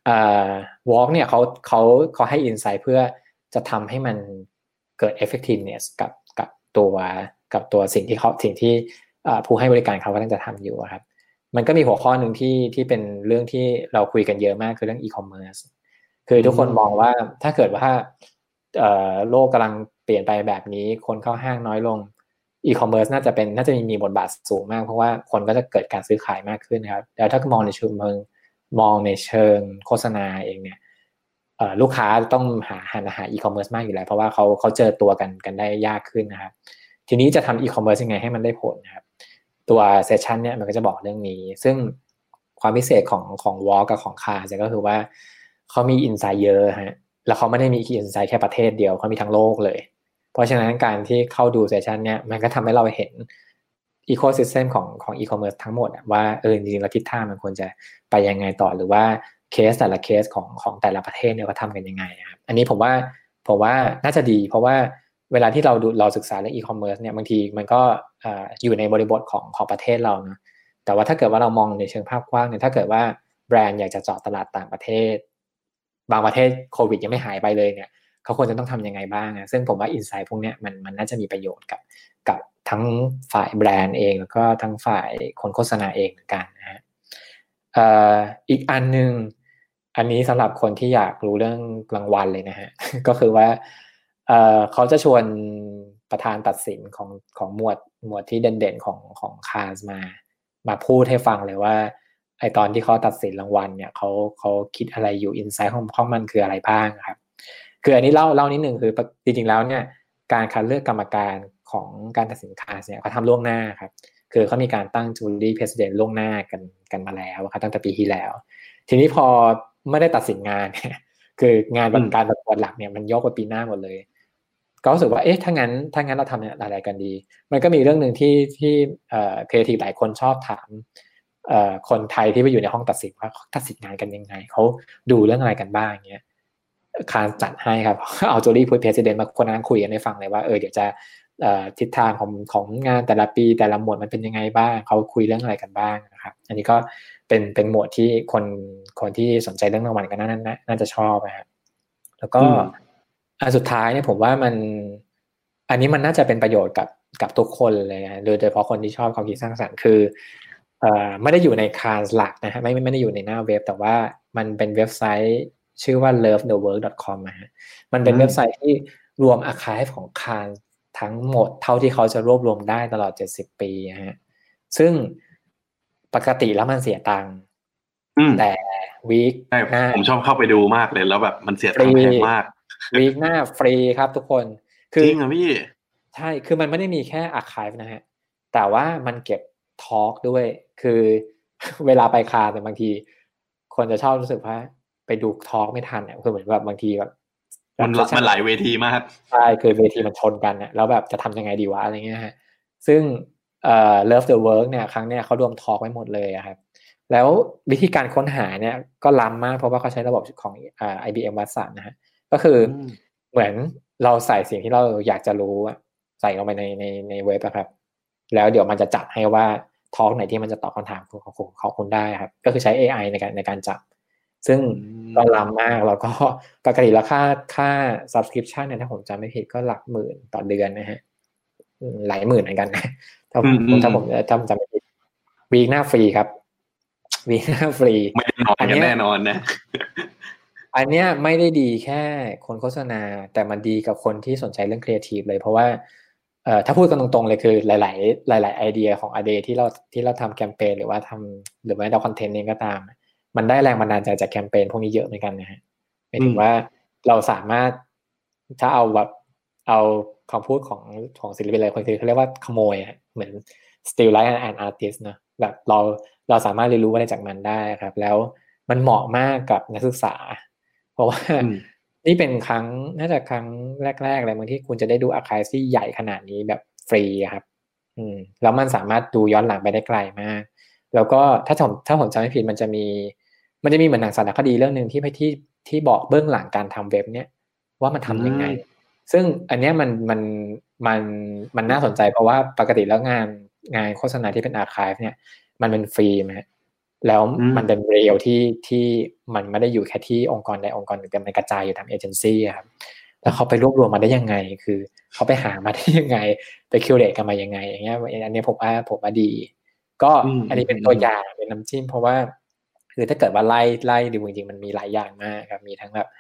WARC เนี่ยเขาให้ insight เพื่อจะทำให้มันเกิด effectiveness กับตัวสิ่งที่ผู้ให้บริการเขากำลังจะทำอยู่ครับมันก็มีหัวข้อหนึ่งที่เป็นเรื่องที่เราคุยกันเยอะมากคือเรื่อง e-commerce คือทุกคนมองว่าถ้าเกิดว่าโลกกำลังเปลี่ยนไปแบบนี้คนเข้าห้างน้อยลง e-commerce น่าจะมีบทบาทสูงมากเพราะว่าคนก็จะเกิดการซื้อขายมากขึ้นครับแล้วถ้ามองในเชิงโฆษณาเองเนี่ยลูกค้าต้องหา e-commerce มากอยู่แล้วเพราะว่าเขาเจอตัวกันได้ยากขึ้นนะครับทีนี้จะทำ e-commerce ยังไงให้มันได้ผลนะครับตัวเซสชันเนี่ยมันก็จะบอกเรื่องนี้ซึ่งความพิเศษของ Walk กับของ Car ก็คือว่าเขามี insight เยอะฮะแล้วเขาไม่ได้มี insight แค่ประเทศเดียวเขามีทั้งโลกเลยเพราะฉะนั้นการที่เข้าดูเซสชันเนี่ยมันก็ทำให้เราเห็น ecosystem ของ e-commerce ทั้งหมดว่าจริงๆแล้วทิศทางมันควรจะไปยังไงต่อหรือว่าเคสแต่ละเคสของแต่ละประเทศเนี่ยเขาทำกันยังไงครับอันนี้ผมว่าน่าจะดีเพราะว่าเวลาที่เราศึกษาเรื่อง e-commerce เนี่ยบางทีมันก็อยู่ในบริบทของประเทศเรานะแต่ว่าถ้าเกิดว่าเรามองในเชิงภาพกว้างเนี่ยถ้าเกิดว่าแบรนด์อยากจะเจาะตลาดต่างประเทศบางประเทศโควิดยังไม่หายไปเลยเนี่ยเขาควรจะต้องทำยังไงบ้างนะซึ่งผมว่า insight พวกนี้มันน่าจะมีประโยชน์กับทั้งฝ่ายแบรนด์เองแล้วก็ทั้งฝ่ายคนโฆษณาเองเหมือนกันนะฮะอีกอันนึงอันนี้สำหรับคนที่อยากรู้เรื่องรางวัลเลยนะฮะก็คือว่าเขาจะชวนประธานตัดสินของหมวดที่เด่นๆของคาสมาพูดให้ฟังเลยว่าไอตอนที่เขาตัดสินรางวัลเนี่ยเขาคิดอะไรอยู่อินไซต์ของมันคืออะไรบ้างครับคืออันนี้เล่านิดนึงคือจริงๆแล้วเนี่ยการคัดเลือกกรรมการของการตัดสินคาสเนี่ยเขาทำล่วงหน้าครับคือเขามีการตั้งจูรี่เพรสิดเนนต์ล่วงหน้ากันมาแล้วครับตั้งแต่ปีที่แล้วทีนี้พอไม่ได้ตัดสินงานคืองานการประกวดหลักเนี่ยมันยกไปปีหน้าหมดเลยก็รู้สึกว่าเอ๊ะถ้างั้นเราทำอะไรกันดีมันก็มีเรื่องนึงที่ครีเอทีฟหลายคนชอบถามคนไทยที่ไปอยู่ในห้องตัดสินว่าตัดสินงานกันยังไงเขาดูเรื่องอะไรกันบ้างเงี้ยคานจัดให้ครับเอาจูรี่พูดเพรสิดเนนต์มาคนนั้นคุยกันให้ฟังเลยว่าเดี๋ยวจะทิศทางของงานแต่ละปีแต่ละหมวดมันเป็นยังไงบ้างเขาคุยเรื่องอะไรกันบ้างนะครับอันนี้ก็เป็นหมวดที่คนที่สนใจเรื่องรางวัลกันน่าจะชอบนะครับแล้วก็อันสุดท้ายเนี่ยผมว่าอันนี้มันน่าจะเป็นประโยชน์กับทุกคนเลยนะโดยเฉพาะคนที่ชอบความคิดสร้างสรรค์คือไม่ได้อยู่ในคานหลักนะฮะไม่ได้อยู่ในหน้าเว็บแต่ว่ามันเป็นเว็บไซต์ชื่อว่า lovethework.com นะฮะมันเป็นเว็บไซต์ที่รวมอาร์ไคฟ์ของคานทั้งหมดเท่าที่เขาจะรวบรวมได้ตลอด70ปีฮะซึ่งปกติแล้วมันเสียตังค์แต่วีคหน้าผมชอบเข้าไปดูมากเลยแล้วแบบมันเสียตังค์แพงมากวีคหน้าฟรีครับทุกคนจริงเหรอพี่ใช่คือมันไม่ได้มีแค่อาร์ไคฟ์นะฮะแต่ว่ามันเก็บทอล์กด้วยคือเวลาไปคาแต่บางทีคนจะชอบรู้สึกว่าไปดูทอล์กไม่ทันเนี่ยคือเหมือนแบบบางทีแบบมันหลายเวทีมากใช่คือเวทีมันชนกันเนี่ยแล้วแบบจะทำยังไงดีวะอะไรเงี้ยฮะซึ่งLove the Work เนี่ยครั้งเนี้ยเขารวมทอล์กไว้หมดเลยครับแล้ววิธีการค้นหาเนี่ยก็ล้ำมากเพราะว่าเขาใช้ระบบของIBM Watson นะฮะก็คือเหมือนเราใส่สิ่งที่เราอยากจะรู้ใส่ลงไปในเว็บครับแล้วเดี๋ยวมันจะจัดให้ว่าทอล์กไหนที่มันจะตอบคำถามของคุณได้ครับก็คือใช้ AI ในการจับซึ่งก็ล้ำมากแล้วก็ปกติแล้วค่า subscription เนี่ยถ้าผมจำไม่ผิดก็หลักหมื่นต่อเดือนนะฮะหลายหมื่นเหมือนกันนะถ้าผมจำไม่ผิดวีคหน้าฟรีครับวีคหน้าฟรีไม่ได้นอนกันแน่นอนนะอันเนี้ยไม่ได้ดีแค่คนโฆษณาแต่มันดีกับคนที่สนใจเรื่องครีเอทีฟเลยเพราะว่าถ้าพูดกันตรงๆเลยคือหลายไอเดียของ AD ที่เราทำแคมเปญหรือว่าหรือว่าเราคอนเทนต์เองก็ตามมันได้แรงบันดาลใจจากแคมเปญพวกนี้เยอะเหมือนกันนะฮะหมายถึงว่าเราสามารถถ้าเอาคำพูดของศิลปินหลายคนคือเขาเรียกว่าขโมยเหมือน steal like an artist นะแบบเราสามารถเรียนรู้อะไรจากมันได้ครับแล้วมันเหมาะมากกับนักศึกษาเพราะว่านี่เป็นน่าจะครั้งแรกๆเลยบางที่คุณจะได้ดูอาร์ไคฟ์ที่ใหญ่ขนาดนี้แบบฟรีครับแล้วมันสามารถดูย้อนหลังไปได้ไกลมากแล้วก็ถ้าผมจำไม่ผิดมันจะมีเหมือนหนังสารคดีเรื่องนึงที่บอกเบื้องหลังการทำเว็บเนี้ยว่ามันทำยังไงซึ่งอันเนี้ยมันน่าสนใจเพราะว่าปกติแล้วงานโฆษณาที่เป็นอาร์ไคฟ์เนี่ยมันเป็นฟรีนะแล้วมันเป็นเรียลที่มันไม่ได้อยู่แค่ที่องค์กรใดองค์กรหนึ่งแต่มันกระจายอยู่ทางเอเจนซี่ครับแล้วเขาไปรวบรวมมาได้ยังไงคือเขาไปหามาได้ยังไงไปคิวเรตกันมายังไงอย่างเงี้ยอันนี้ผมว่าดีก็อันนี้เป็นตัวอย่างเป็นน้ำจิ้มเพราะว่าคือถ้าเกิดว่าไล่ดูจริงๆมันมีหลายอย่างมากครับมีทั้งแบบ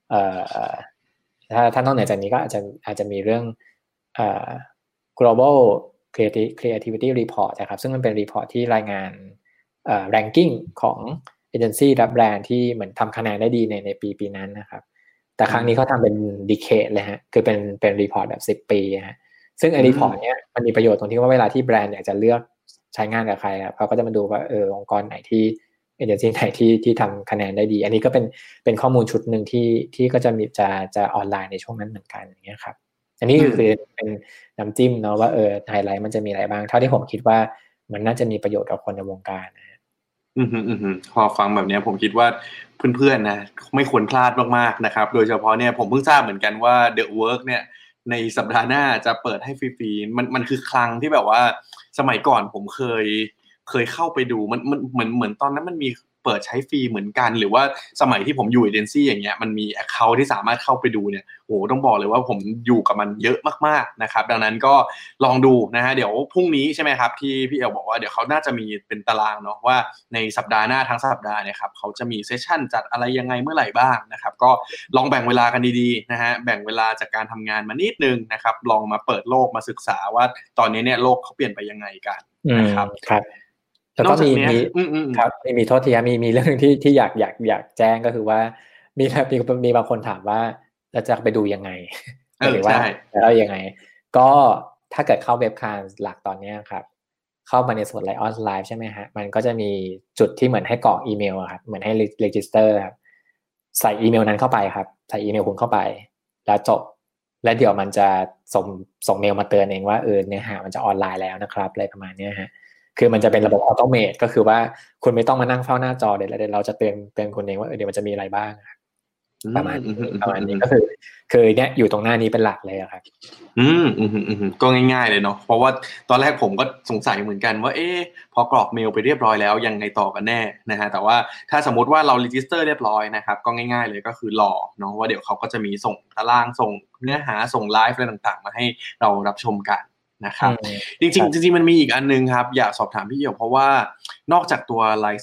ถ้านอกเหนือจากนี้ก็อาจจะมีเรื่องglobal creativity report นะครับซึ่งมันเป็นรีพอร์ตที่รายงานranking ของเอเจนซี่และแบรนด์ที่เหมือนทำคะแนนได้ดีในปีนั้นนะครับแต่ครั้งนี้เขาทำเป็น decade เลยฮะคือเป็นรีพอร์ตแบบ10 ปีฮะซึ่งไอ้รีพอร์ตเนี้ยมันมีประโยชน์ตรงที่ว่าเวลาที่แบรนด์อยากจะเลือกใช้งานกับใครครับเขาก็จะมาดูว่าองค์กรไหนที่เอเจนซี่ไหนที่ทำคะแนนได้ดีอันนี้ก็เป็นข้อมูลชุดหนึ่งที่ก็จะมีจะออนไลน์ในช่วงนั้นเหมือนกันอย่างเงี้ยครับอันนี้คือเป็นน้ำจิ้มเนาะว่าไฮไลท์มันจะมีอะไรบ้างเท่าที่ผมคิดว่ามันน่าจะมีประโยชน์กับคนในวงการนะพอฟังแบบนี้ผมคิดว่าเพื่อนๆนะไม่ควรพลาดมากๆนะครับโดยเฉพาะเนี่ยผมเพิ่งทราบเหมือนกันว่า The Work เนี่ยในสัปดาห์หน้าจะเปิดให้ฟรีๆมันคือคลังที่แบบว่าสมัยก่อนผมเคยเข้าไปดูมันเหมือนตอนนั้นมันมีเปิดใช้ฟรีเหมือนกันหรือว่าสมัยที่ผมอยู่เอเจนซี่อย่างเงี้ยมันมี account ที่สามารถเข้าไปดูเนี่ยโอ้ต้องบอกเลยว่าผมอยู่กับมันเยอะมากๆนะครับดังนั้นก็ลองดูนะฮะเดี๋ยวพรุ่งนี้ใช่ไหมครับที่พี่เอลบอกว่าเดี๋ยวเขาน่าจะมีเป็นตารางเนาะว่าในสัปดาห์หน้าทั้งสัปดาห์เนี่ยครับเขาจะมีเซสชั่นจัดอะไรยังไงเมื่อไหร่บ้างนะครับก็ลองแบ่งเวลากันดีๆนะฮะแบ่งเวลาจากการทำงานมานิดนึงนะครับลองมาเปิดโลกมาศึกษาว่าตอนนี้เนี่ยโลกเขาเปลี่ยนไปยังไงกันนะครับครับแล้วก็ครับมีโทษทีมีเรื่องที่อยากแจ้งก็คือว่ามีบางคนถามว่าเราจะไปดูยังไงหรือว่าแล้วยังไงก็ถ้าเกิดเข้าเว็บคานหลักตอนนี้ครับเข้ามาในส่วน Lion Live ใช่ไหมฮะมันก็จะมีจุดที่เหมือนให้กรอกอีเมลครับเหมือนให้ register ครับใส่อีเมลนั้นเข้าไปครับใส่อีเมลคุณเข้าไปแล้วจบและเดี๋ยวมันจะส่งเมลมาเตือนเองว่าเนื้อหามันจะออนไลน์แล้วนะครับอะไรประมาณนี้ฮะคือมันจะเป็นระบบออโตเมตก็คือว่าคุณไม่ต้องมานั่งเฝ้าหน้าจอเดี๋ยวเราจะเตือนคุณเองว่าเดี๋ยวมันจะมีอะไรบ้างประมาณนี้ก็คือเนี่ยอยู่ตรงหน้านี้เป็นหลักเลยครับก็ง่ายๆเลยเนาะเพราะว่าตอนแรกผมก็สงสัยเหมือนกันว่าพอกรอกเมลไปเรียบร้อยแล้วยังไงต่อกันแน่นะฮะแต่ว่าถ้าสมมติว่าเรารีจิสเตอร์เรียบร้อยนะครับก็ง่ายๆเลยก็คือรอเนาะว่าเดี๋ยวเขาก็จะมีส่งตารางส่งเนื้อหาส่งไลฟ์อะไรต่างๆมาให้เรารับชมกันนะครับจริงมันมีอีกอันนึงครับอยากสอบถามพี่เอี่ยวเพราะว่านอกจากตัว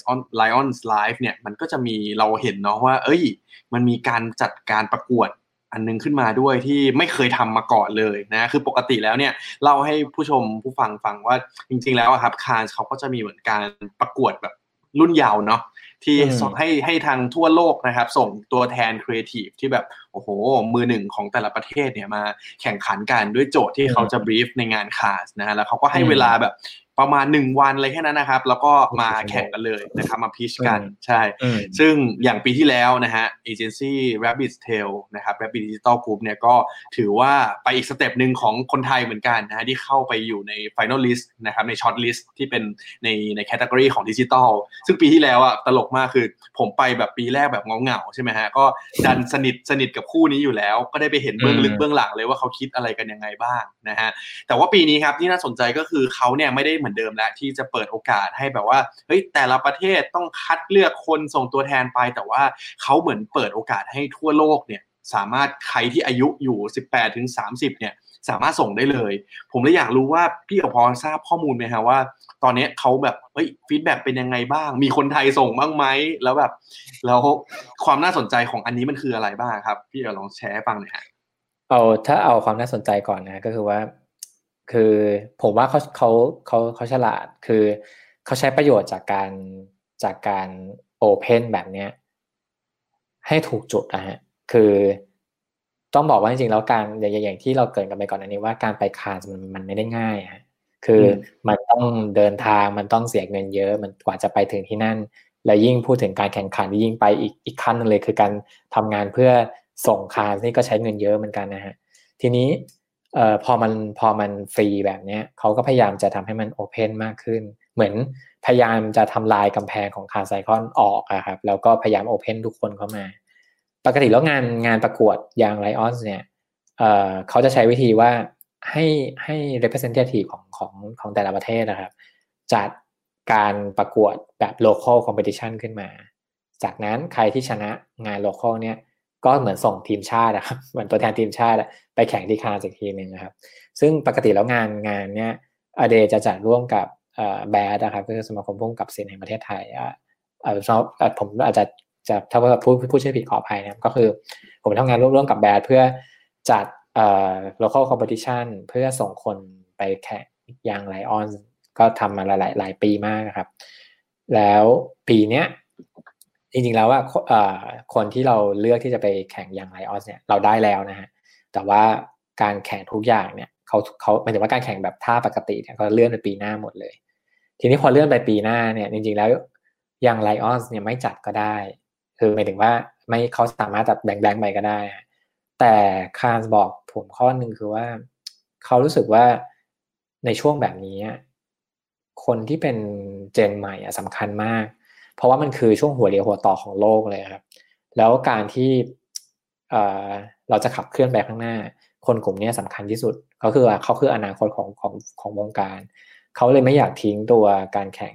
Lions Live เนี่ยมันก็จะมีเราเห็นเนาะว่ามันมีการจัดการประกวดอันนึงขึ้นมาด้วยที่ไม่เคยทำมาก่อนเลยนะคือปกติแล้วเนี่ยเล่าให้ผู้ชมผู้ฟังว่าจริงๆแล้วครับคานเขาก็จะมีเหมือนการประกวดแบบรุ่นยาวเนาะที่ให้ทางทั่วโลกนะครับส่งตัวแทนครีเอทีฟที่แบบโอ้โหมือหนึ่งของแต่ละประเทศเนี่ยมาแข่งขันกันด้วยโจทย์ที่เขาจะบรีฟในงานคานนะฮะแล้วเขาก็ให้เวลาแบบประมาณ1วันอะไรแค่นั้นนะครับแล้วก็มาแข่งกันเลยนะครับมาพิชกันใช่ซึ่งอย่างปีที่แล้วนะฮะเอเจนซี่ Rabbit's Tail นะครับ Rabbit Digital Group เนี่ยก็ถือว่าไปอีกสเต็ปนึงของคนไทยเหมือนกันนะฮะที่เข้าไปอยู่ใน Final List นะครับใน Short List ที่เป็นในแคตตากรีของดิจิตอลซึ่งปีที่แล้วตลกมากคือผมไปแบบปีแรกแบบเงาๆใช่ไหมฮะก็ดันสนิทกับคู่นี้อยู่แล้วก็ได้ไปเห็นเบื้องลึกเบื้องหลังเลยว่าเขาคิดอะไรกันยังไงบ้างนะฮะแต่ว่าปีนี้ครับที่น่าสนใจก็คือเขาเนี่ยไม่ได้เหมือนเดิมแล้วที่จะเปิดโอกาสให้แบบว่าแต่ละประเทศต้องคัดเลือกคนส่งตัวแทนไปแต่ว่าเขาเหมือนเปิดโอกาสให้ทั่วโลกเนี่ยสามารถใครที่อายุอยู่18-30เนี่ยสามารถส่งได้เลยผมเลยอยากรู้ว่าพี่พอทราบข้อมูลไหมฮะว่าตอนนี้เขาแบบฟีดแบ็กเป็นยังไงบ้างมีคนไทยส่งบ้างไหมแล้วความน่าสนใจของอันนี้มันคืออะไรบ้างครับพี่ลองแชร์ให้ฟังหน่อยฮะถ้าเอาความน่าสนใจก่อนนะก็คือว่าคือผมว่าเขาฉลาดคือเขาใช้ประโยชน์จากการโอเพนแบบเนี้ยให้ถูกจุดนะฮะคือต้องบอกว่าจริงๆแล้วการอย่างที่เราเกริ่นกันไปก่อนอันนี้ว่าการไปคานมันไม่ได้ง่ายฮะคือมันต้องเดินทางมันต้องเสียเงินเยอะมันกว่าจะไปถึงที่นั่นและยิ่งพูดถึงการแข่งขันยิ่งไปอีกขั้นนึงเลยคือการทำงานเพื่อส่งคานนี่ก็ใช้เงินเยอะเหมือนกันนะฮะทีนี้พอมันฟรีแบบนี้เขาก็พยายามจะทำให้มันโอเพนมากขึ้นเหมือนพยายามจะทำลายกำแพงของคาไซคอนออกอะครับแล้วก็พยายามโอเพนทุกคนเข้ามาปกติแล้วงานประกวดอย่าง Lions เนี่ยเขาจะใช้วิธีว่าให้ representative ของแต่ละประเทศนะครับจัดการประกวดแบบ local competition ขึ้นมาจากนั้นใครที่ชนะงาน local เนี่ยก็เหมือนส่งทีมชาตินะครับเหมือนตัวแทนทีมชาติไปแข่งที่คานอีกทีนึงนะครับซึ่งปกติแล้วงานเนี้ยอเดจะจัดร่วมกับแบดนะครับก็คือสมาคมผู้กำกับเสียงแห่งประเทศไทยผมอาจจะถ้าว่าผู้ชื่อผิดขออภัยนะก็คือผมทำงานร่วมกับแบดเพื่อจัดlocal competition เพื่อส่งคนไปแข่งอย่าง Lions ก็ทำมาหลายปีมากครับแล้วปีเนี้ยจริงๆแล้วว่าคนที่เราเลือกที่จะไปแข่งอย่าง Lions เนี่ยเราได้แล้วนะฮะแต่ว่าการแข่งทุกอย่างเนี่ยเขาหมายถึงว่าการแข่งแบบท่าปกติเนี่ยก็เลื่อนไปปีหน้าหมดเลยทีนี้พอเลื่อนไปปีหน้าเนี่ยจริงๆแล้วอย่าง Lions เนี่ยไม่จัดก็ได้คือหมายถึงว่าไม่เขาสามารถจัดแบ่งไปก็ได้แต่คานส์บอกผมข้อนึงคือว่าเขารู้สึกว่าในช่วงแบบนี้คนที่เป็นเจนใหม่สำคัญมากเพราะว่ามันคือช่วงหัวเรียวหัวต่อของโลกเลยครับแล้วการที่เราจะขับเคลื่อนไปข้างหน้าคนกลุ่มนี้สำคัญที่สุดเขาคืออนาคตของวงการเขาเลยไม่อยากทิ้งตัวการแข่ง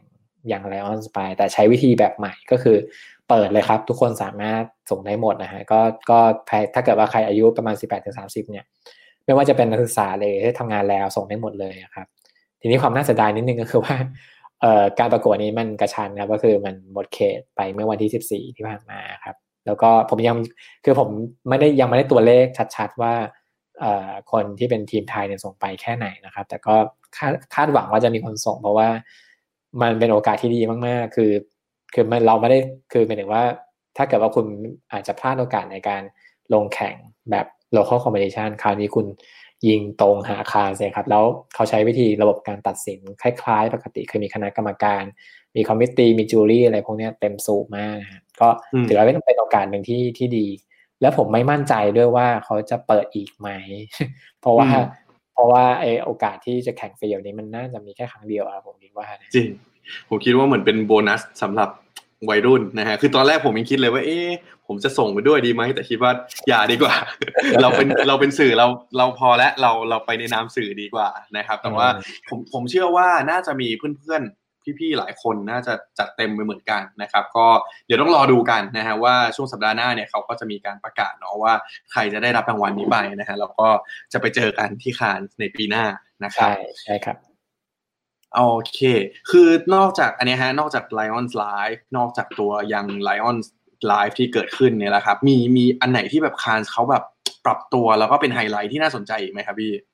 ยังไลออนไปแต่ใช้วิธีแบบใหม่ก็คือเปิดเลยครับทุกคนสามารถส่งได้หมดนะฮะก็ถ้าเกิดว่าใครอายุประมาณ 18-30 เนี่ยไม่ว่าจะเป็นนักศึกษาเลยที่ทำงานแล้วส่งได้หมดเลยครับทีนี้ความน่าเสียดายนิดนึงก็คือว่าการประกวดนี้มันกระชั้นครับก็คือมันหมดเขตไปเมื่อวันที่14ที่ผ่านมาครับแล้วก็ผมยังไม่ได้ตัวเลขชัดๆว่าคนที่เป็นทีมไทยเนี่ยส่งไปแค่ไหนนะครับแต่ก็คาดหวังว่าจะมีคนส่งเพราะว่ามันเป็นโอกาสที่ดีมากๆคือเราไม่ได้คือหมายถึงว่าถ้าเกิดว่าคุณอาจจะพลาดโอกาสในการลงแข่งแบบ local competition คราวนี้คุณยิงตรงหาคาเสียครับแล้วเขาใช้วิธีระบบการตัดสินคล้ายๆปกติคือมีคณะกรรมการมีคอมมิตตี้มีจูรี่อะไรพวกนี้เต็มสูบมากก็ถือว่าเป็นโอกาสหนึ่งที่ดีแล้วผมไม่มั่นใจด้วยว่าเขาจะเปิดอีกไหม เพราะว่าโอกาสที่จะแข่งฟรีแบบนี้มันน่าจะมีแค่ครั้งเดียวครับผมคิดว่าจริงผมคิดว่าเหมือนเป็นโบนัสสำหรับวัยรุ่นนะฮะคือตอนแรกผมยังคิดเลยว่าผมจะส่งไปด้วยดีไหมแต่คิดว่าอย่าดีกว่า เราเป็นสื่อเราพอแล้วเราไปในนามสื่อดีกว่านะครับแต่ว่าผมเชื่อว่าน่าจะมีเพื่อนๆพี่ๆหลายคนน่าจะจัดเต็มไปเหมือนกันนะครับก็เดี๋ยวต้องรอดูกันนะฮะว่าช่วงสัปดาห์หน้าเนี่ยเขาก็จะมีการประกาศเนาะว่าใครจะได้รับรางวัลนี้ไปนะฮะแล้วก็จะไปเจอกันที่คานส์ในปีหน้านะครับใช่ครับโอเคคือนอกจากอันนี้ฮะนอกจาก Lions Live นอกจากตัวยัง Lions Live ที่เกิดขึ้นเนี่ยแหละครับมีอันไหนที่แบบคานส์เขาแบบปรับตัวแล้วก็เป็นไฮไลท์ที่น่าสนใจอีกไหมครับพี่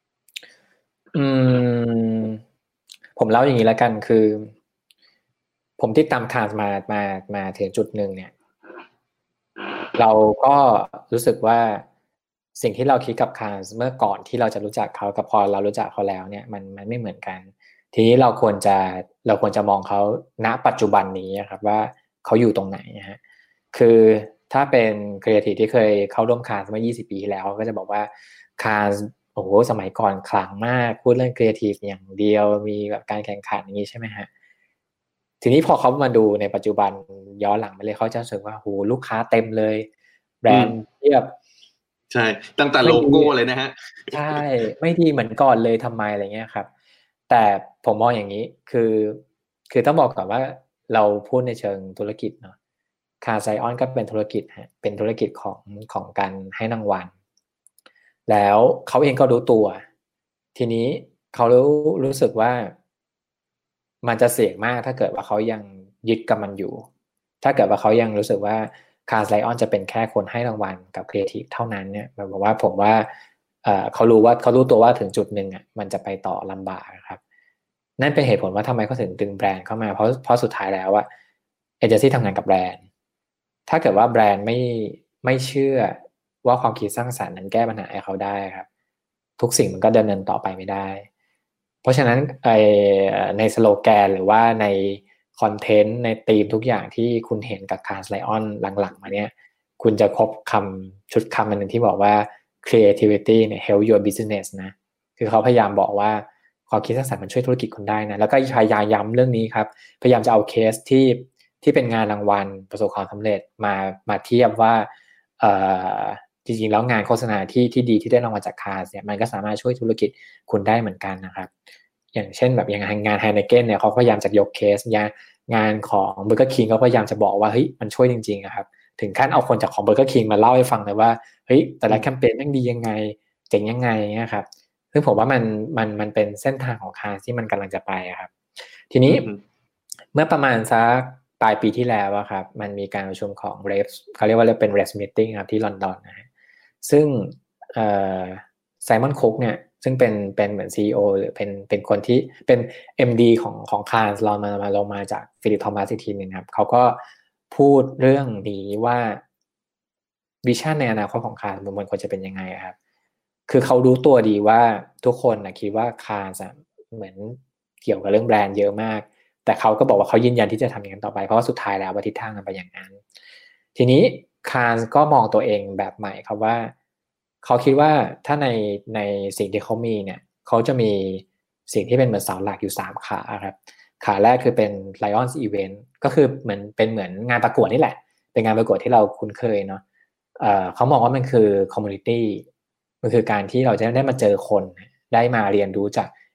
ผมเล่าอย่างนี้แล้วกันคือผมติดตามคานส์มาถึงจุดหนึ่งเนี่ยเราก็รู้สึกว่าสิ่งที่เราคิดกับคานส์เมื่อก่อนที่เราจะรู้จักเขากับพอเรารู้จักเขาแล้วเนี่ยมันไม่เหมือนกันทีนี้เราควรจะมองเขาณปัจจุบันนี้ครับว่าเขาอยู่ตรงไหนนะฮะคือถ้าเป็นครีเอทีฟที่เคยเข้าร่วมคานส์เมื่อ20 ปีที่แล้วก็จะบอกว่าคานส์โอ้โหสมัยก่อนขลังมากพูดเรื่องครีเอทีฟอย่างเดียวมีแบบการแข่งขันอย่างนี้ใช่ไหมฮะทีนี้พอเขามาดูในปัจจุบันย้อนหลังไปเลยเขาจะรู้สึกว่าโหลูกค้าเต็มเลยแบรนด์เทียบใช่ตั้งแต่โลโก้เลยนะฮะใช่ไม่ดีเหมือนก่อนเลยทำไมอะไรเงี้ยครับแต่ผมมองอย่างนี้คือต้องบอกก่อนว่าเราพูดในเชิงธุรกิจเนาะคาร์ไซออนก็เป็นธุรกิจฮะเป็นธุรกิจของการให้รางวัลแล้วเขาเองก็รู้ตัวทีนี้เขารู้สึกว่ามันจะเสี่ยงมากถ้าเกิดว่าเขายังยึดกับมันอยู่ถ้าเกิดว่าเขายังรู้สึกว่าคาร์ไซออนจะเป็นแค่คนให้รางวัลกับครีเอทีฟเท่านั้นเนี่ยบอกว่าผมว่าเขารู้ตัวว่าถึงจุดหนึ่งอ่ะมันจะไปต่อลำบากครับนั่นเป็นเหตุผลว่าทำไมเขาถึงดึงแบรนด์เข้ามาเพราะสุดท้ายแล้วว่าเอเจนซี่ทำงานกับแบรนด์ถ้าเกิดว่าแบรนด์ไม่เชื่อว่าความคิดสร้างสรรค์นั้นแก้ปัญหาให้เขาได้ครับทุกสิ่งมันก็ดำเนินต่อไปไม่ได้เพราะฉะนั้นในสโลแกนหรือว่าในคอนเทนต์ในธีมทุกอย่างที่คุณเห็นกับคาร์ไลออนหลังๆมาเนี่ยคุณจะครบชุดคำอันนึงที่บอกว่า creativity เนี่ย help your business นะคือเขาพยายามบอกว่าความคิดสร้างสรรค์มันช่วยธุรกิจคุณได้นะแล้วก็พยายามย้ำเรื่องนี้ครับพยายามจะเอาเคสที่เป็นงานรางวัลประสบความสำเร็จมาเทียบว่าจริงๆแล้วงานโฆษณาที่ดีที่ได้รางวัลจากคาร์เนี่ยมันก็สามารถช่วยธุรกิจคุณได้เหมือนกันนะครับอย่างเช่นแบบอย่างงานไฮเนเก้นเนี่ยเขาพยายามจะยกเคสงานของเบอร์เกอร์คิงก็พยายามจะบอกว่าเฮ้ยมันช่วยจริงๆครับถึงขั้นเอาคนจากของเบอร์เกอร์คิงมาเล่าให้ฟังเลยว่าเฮ้ยแต่ละแคมเปญแม่งดียังไงเจ๋งยังไงเนี่ยครับซึ่งผมว่ามันเป็นเส้นทางของคาร์ที่มันกำลังจะไปครับทีนี้เมื่อประมาณสักปลายปีที่แล้วครับมันมีการประชุมของ Reps เขาเรียกว่าเป็น Reps Meeting ครับที่ลอนดอนนะฮะซึ่งไซมอนคุกเนี่ยซึ่งเป็นเหมือน CEO หรือเป็นคนที่เป็น MD ของคาร์ลงมาจากฟิลิปทอมัสอีกทีนึงครับเขาก็พูดเรื่องนี้ว่าวิชั่นในอนาคตของคาร์มันควรจะเป็นยังไงครับคือเขารู้ตัวดีว่าทุกคนนะคิดว่าคาร์เหมือนเกี่ยวกับเรื่องแบรนด์เยอะมากแต่เขาก็บอกว่าเขายืนยันที่จะทำอย่างนั้นต่อไปเพราะว่าสุดท้ายแล้วทิศทางมันไปอย่างนั้นทีนี้คาร์ก็มองตัวเองแบบใหม่ครับว่าเขาคิดว่าถ้าในสิ่งที่เขามีเนี่ยเขาจะมีสิ่งที่เป็นเหมือนเสาหลักอยู่3ขาครับขาแรกคือเป็น Lions Event ก็คือเหมือนงานประกวดนี่แหละเป็นงานประกวดที่เราคุ้นเคยเนาะเขามองว่ามันคือ community มันคือการที่เราจะได้มาเจอคนได้มาเรียนรู้จาก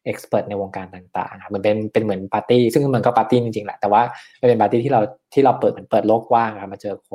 expert ในวงการต่างๆครับมันเป็นเหมือนปาร์ตี้ซึ่งมันก็ปาร์ตี้จริงๆแหละแต่ว่ามันเป็นปาร์ตี้ที่เราเปิดเหมือนเปิดโลกกว้างครับมาเจอคน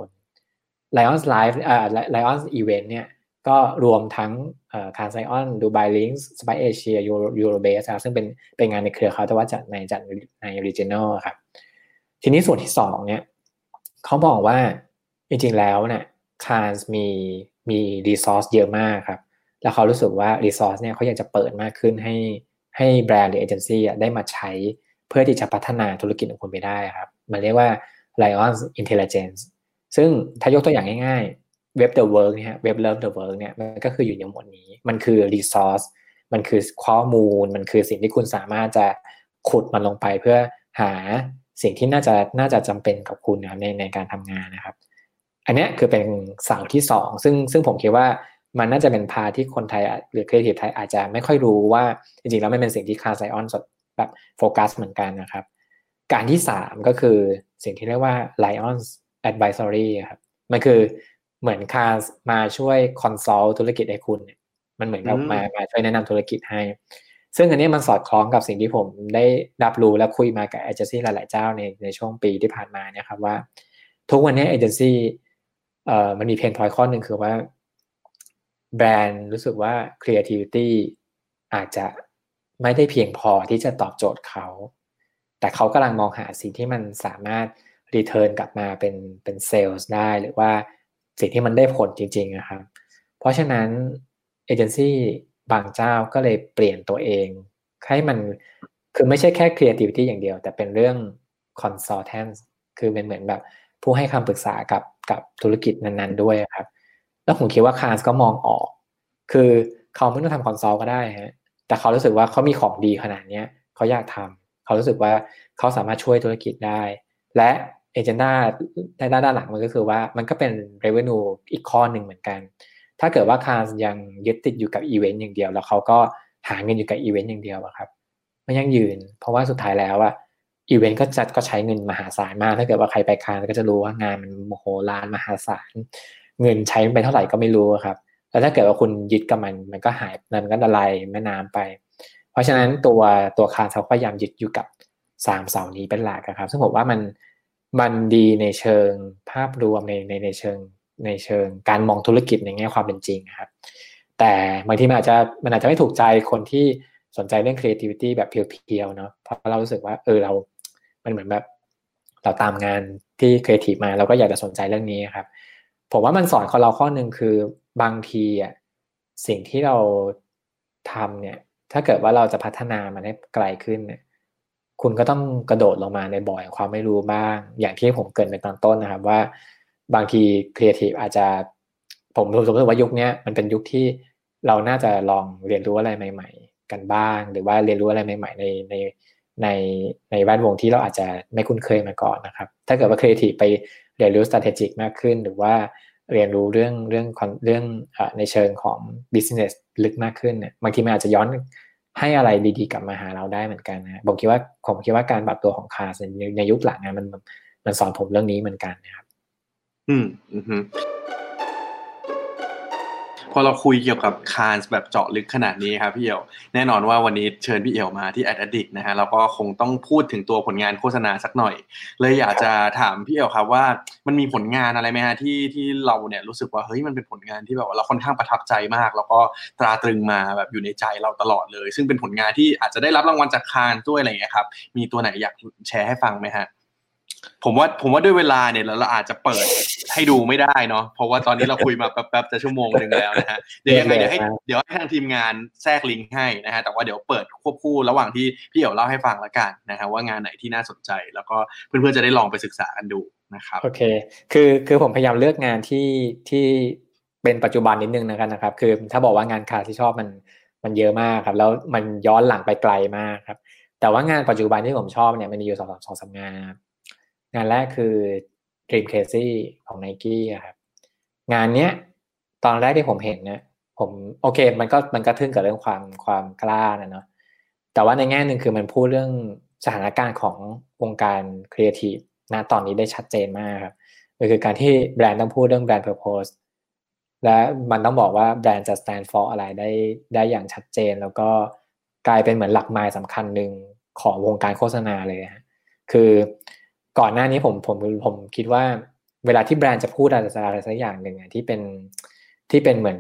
Lions Live Lions Event เนี่ยก็รวมทั้งCannes Lions Dubai Links Spice Asia Eurobase ครับซึ่งเป็นงานในเครือเขาแต่ว่าจัดใน Regional ครับทีนี้ส่วนที่2เนี่ยเขาบอกว่าจริงๆแล้วเนี่ย Cannes มี resource เยอะมากครับแล้วเขารู้สึกว่า resource เนี่ยเขาอยากจะเปิดมากขึ้นให้แบรนด์หรือเอเจนซี่ได้มาใช้เพื่อที่จะพัฒนาธุรกิจของคุณไปได้ครับมันเรียกว่า Lions Intelligence ซึ่งถ้ายกตัวอย่างง่ายๆ Web the Work เนี่ย Web Love the Work เนี่ยมันก็คืออยู่ในหมวดนี้มันคือ resource มันคือข้อมูลมันคือสิ่งที่คุณสามารถจะขุดมันลงไปเพื่อหาสิ่งที่น่าจะจำเป็นกับคุณนะครับในการทำงานนะครับอันนี้คือเป็นเสาที่2ซึ่งผมคิดว่ามันน่าจะเป็นพาที่คนไทยหรือครีเอทีฟไทยอาจจะไม่ค่อยรู้ว่าจริงๆแล้วมันเป็นสิ่งที่Cannes Lionsแบบโฟกัสเหมือนกันนะครับการที่3ก็คือสิ่งที่เรียกว่า Lions Advisory ครับมันคือเหมือนCannesมาช่วยคอนซัลท์ธุรกิจให้คุณมันเหมือนกับมาช่วยแนะนำธุรกิจให้ซึ่งอันนี้มันสอดคล้องกับสิ่งที่ผมได้รับรู้และคุยมากับเอเจนซี่หลายๆเจ้าในช่วงปีที่ผ่านมาเนี่ยครับว่าทุกวันนี้เอเจนซี่มันมีเพนพอยต์ข้อหนึ่งคือว่าแบรนด์รู้สึกว่า creativity อาจจะไม่ได้เพียงพอที่จะตอบโจทย์เขาแต่เขากำลังมองหาสิ่งที่มันสามารถ return กลับมาเป็น sales ได้หรือว่าสิ่งที่มันได้ผลจริงๆนะครับเพราะฉะนั้นเอเจนซี่บางเจ้าก็เลยเปลี่ยนตัวเองให้มันคือไม่ใช่แค่ creativity อย่างเดียวแต่เป็นเรื่อง consultant คือเป็นเหมือนแบบผู้ให้คำปรึกษากับธุรกิจนั้นๆด้วยครับแล้วผมคิดว่าCannesก็มองออกคือเขาไม่ต้องทำคอนซัลท์ก็ได้ฮะแต่เขารู้สึกว่าเขามีของดีขนาดนี้เขาอยากทำเขารู้สึกว่าเขาสามารถช่วยธุรกิจได้และเอเจนดาในด้านหลังมันก็คือว่ามันก็เป็น revenue อีกข้อหนึ่งเหมือนกันถ้าเกิดว่าCannesยังยึดติดอยู่กับอีเวนต์อย่างเดียวแล้วเขาก็หาเงินอยู่กับอีเวนต์อย่างเดียวครับไม่ยั่งยืนเพราะว่าสุดท้ายแล้วอีเวนต์ก็ใช้เงินมหาศาลมากถ้าเกิดว่าใครไปCannesก็จะรู้ว่างานมันโมโหลานมหาศาลเงินใช้ไปเท่าไหร่ก็ไม่รู้ครับแล้วถ้าเกิดว่าคุณยึดกับมันก็หายมันก็ละลายแม่น้ำไปเพราะฉะนั้นตัวCannesเขาพยายามยึดอยู่กับ3เสานี้เป็นหลักครับซึ่งผมว่ามันดีในเชิงภาพรวมในเชิงการมองธุรกิจในแง่ความเป็นจริงครับแต่บางทีมันอาจจะไม่ถูกใจคนที่สนใจเรื่อง creativity แบบเพียวๆเนาะเพราะเรารู้สึกว่ามันเหมือนแบบเราตามงานที่ creative มาเราก็อยากจะสนใจเรื่องนี้ครับผมว่ามันสอนเราข้อหนึ่งคือบางทีสิ่งที่เราทำเนี่ยถ้าเกิดว่าเราจะพัฒนามันให้ไกลขึ้นเนี่ยคุณก็ต้องกระโดดลงมาในบ่อแห่งความไม่รู้บ้างอย่างที่ผมเกริ่นไปตอนต้นนะครับว่าบางทีครีเอทีฟอาจจะผมรู้สึกว่ายุคนี้มันเป็นยุคที่เราน่าจะลองเรียนรู้อะไรใหม่ๆกันบ้างหรือว่าเรียนรู้อะไรใหม่ๆในแวดวงที่เราอาจจะไม่คุ้นเคยมาก่อนนะครับถ้าเกิดว่าครีเอทีฟไปเรียนรู้ strategic มากขึ้นหรือว่าเรียนรู้เรื่องในเชิงของ business ลึกมากขึ้นเนี่ยบางทีมันอาจจะย้อนให้อะไรดีๆกลับมาหาเราได้เหมือนกันนะผมคิดว่าการปรับตัวของCannesในยุคหลังมันสอนผมเรื่องนี้เหมือนกันนะครับพอเราคุยเกี่ยวกับCannesแบบเจาะลึกขนาดนี้ครับพี่เอ๋วแน่นอนว่าวันนี้เชิญพี่เอ๋วมาที่ Addict นะฮะเราก็คงต้องพูดถึงตัวผลงานโฆษณาสักหน่อยเลยอยากจะถามพี่เอ๋วครับว่ามันมีผลงานอะไรไหมฮะที่เราเนี่ยรู้สึกว่าเฮ้ยมันเป็นผลงานที่แบบว่าเราค่อนข้างประทับใจมากแล้วก็ตราตรึงมาแบบอยู่ในใจเราตลอดเลยซึ่งเป็นผลงานที่อาจจะได้รับรางวัลจากCannesด้วยอะไรอย่างเงี้ยครับมีตัวไหนอยากแชร์ให้ฟังไหมฮะผมว่าด้วยเวลาเนี่ยเราอาจจะเปิดให้ดูไม่ได้เนาะเพราะว่าตอนนี้เราคุยมาแป๊บๆจะชั่วโมงนึงแล้วนะฮะเดี๋ยวยังไงเดี๋ยวให้ทางทีมงานแทรกลิงก์ให้นะฮะแต่ว่าเดี๋ยวเปิดควบคู่ระหว่างที่พี่เอ๋วเล่าให้ฟังละกันนะฮะว่างานไหนที่น่าสนใจแล้วก็เพื่อนๆจะได้ลองไปศึกษากันดูนะครับโอเคคือผมพยายามเลือกงานที่เป็นปัจจุบันนิดนึงนะครับคือถ้าบอกว่างานCannesที่ชอบมันเยอะมากครับแล้วมันย้อนหลังไปไกลมากครับแต่ว่างานปัจจุบันที่ผมชอบเนี่ยมันมีอยู่2-3 งานงานแรกคือ Dream Crazy ของ Nike ครับงานเนี้ยตอนแรกที่ผมเห็นเนี่ยผมโอเคมันก็ทึ่งกับเรื่องความกล้านะเนาะแต่ว่าในแง่นึงคือมันพูดเรื่องสถานการณ์ของวงการครีเอทีฟณตอนนี้ได้ชัดเจนมากครับก็คือการที่แบรนด์ต้องพูดเรื่องแบรนด์ purpose และมันต้องบอกว่าแบรนด์จะ stand for อะไรได้อย่างชัดเจนแล้วก็กลายเป็นเหมือนหลักไมล์สำคัญหนึ่งของวงการโฆษณาเลยฮะคือก่อนหน้านี้ผมคิดว่าเวลาที่แบรนด์จะพูดอะไรสักอย่างหนึ่งที่เป็นเหมือน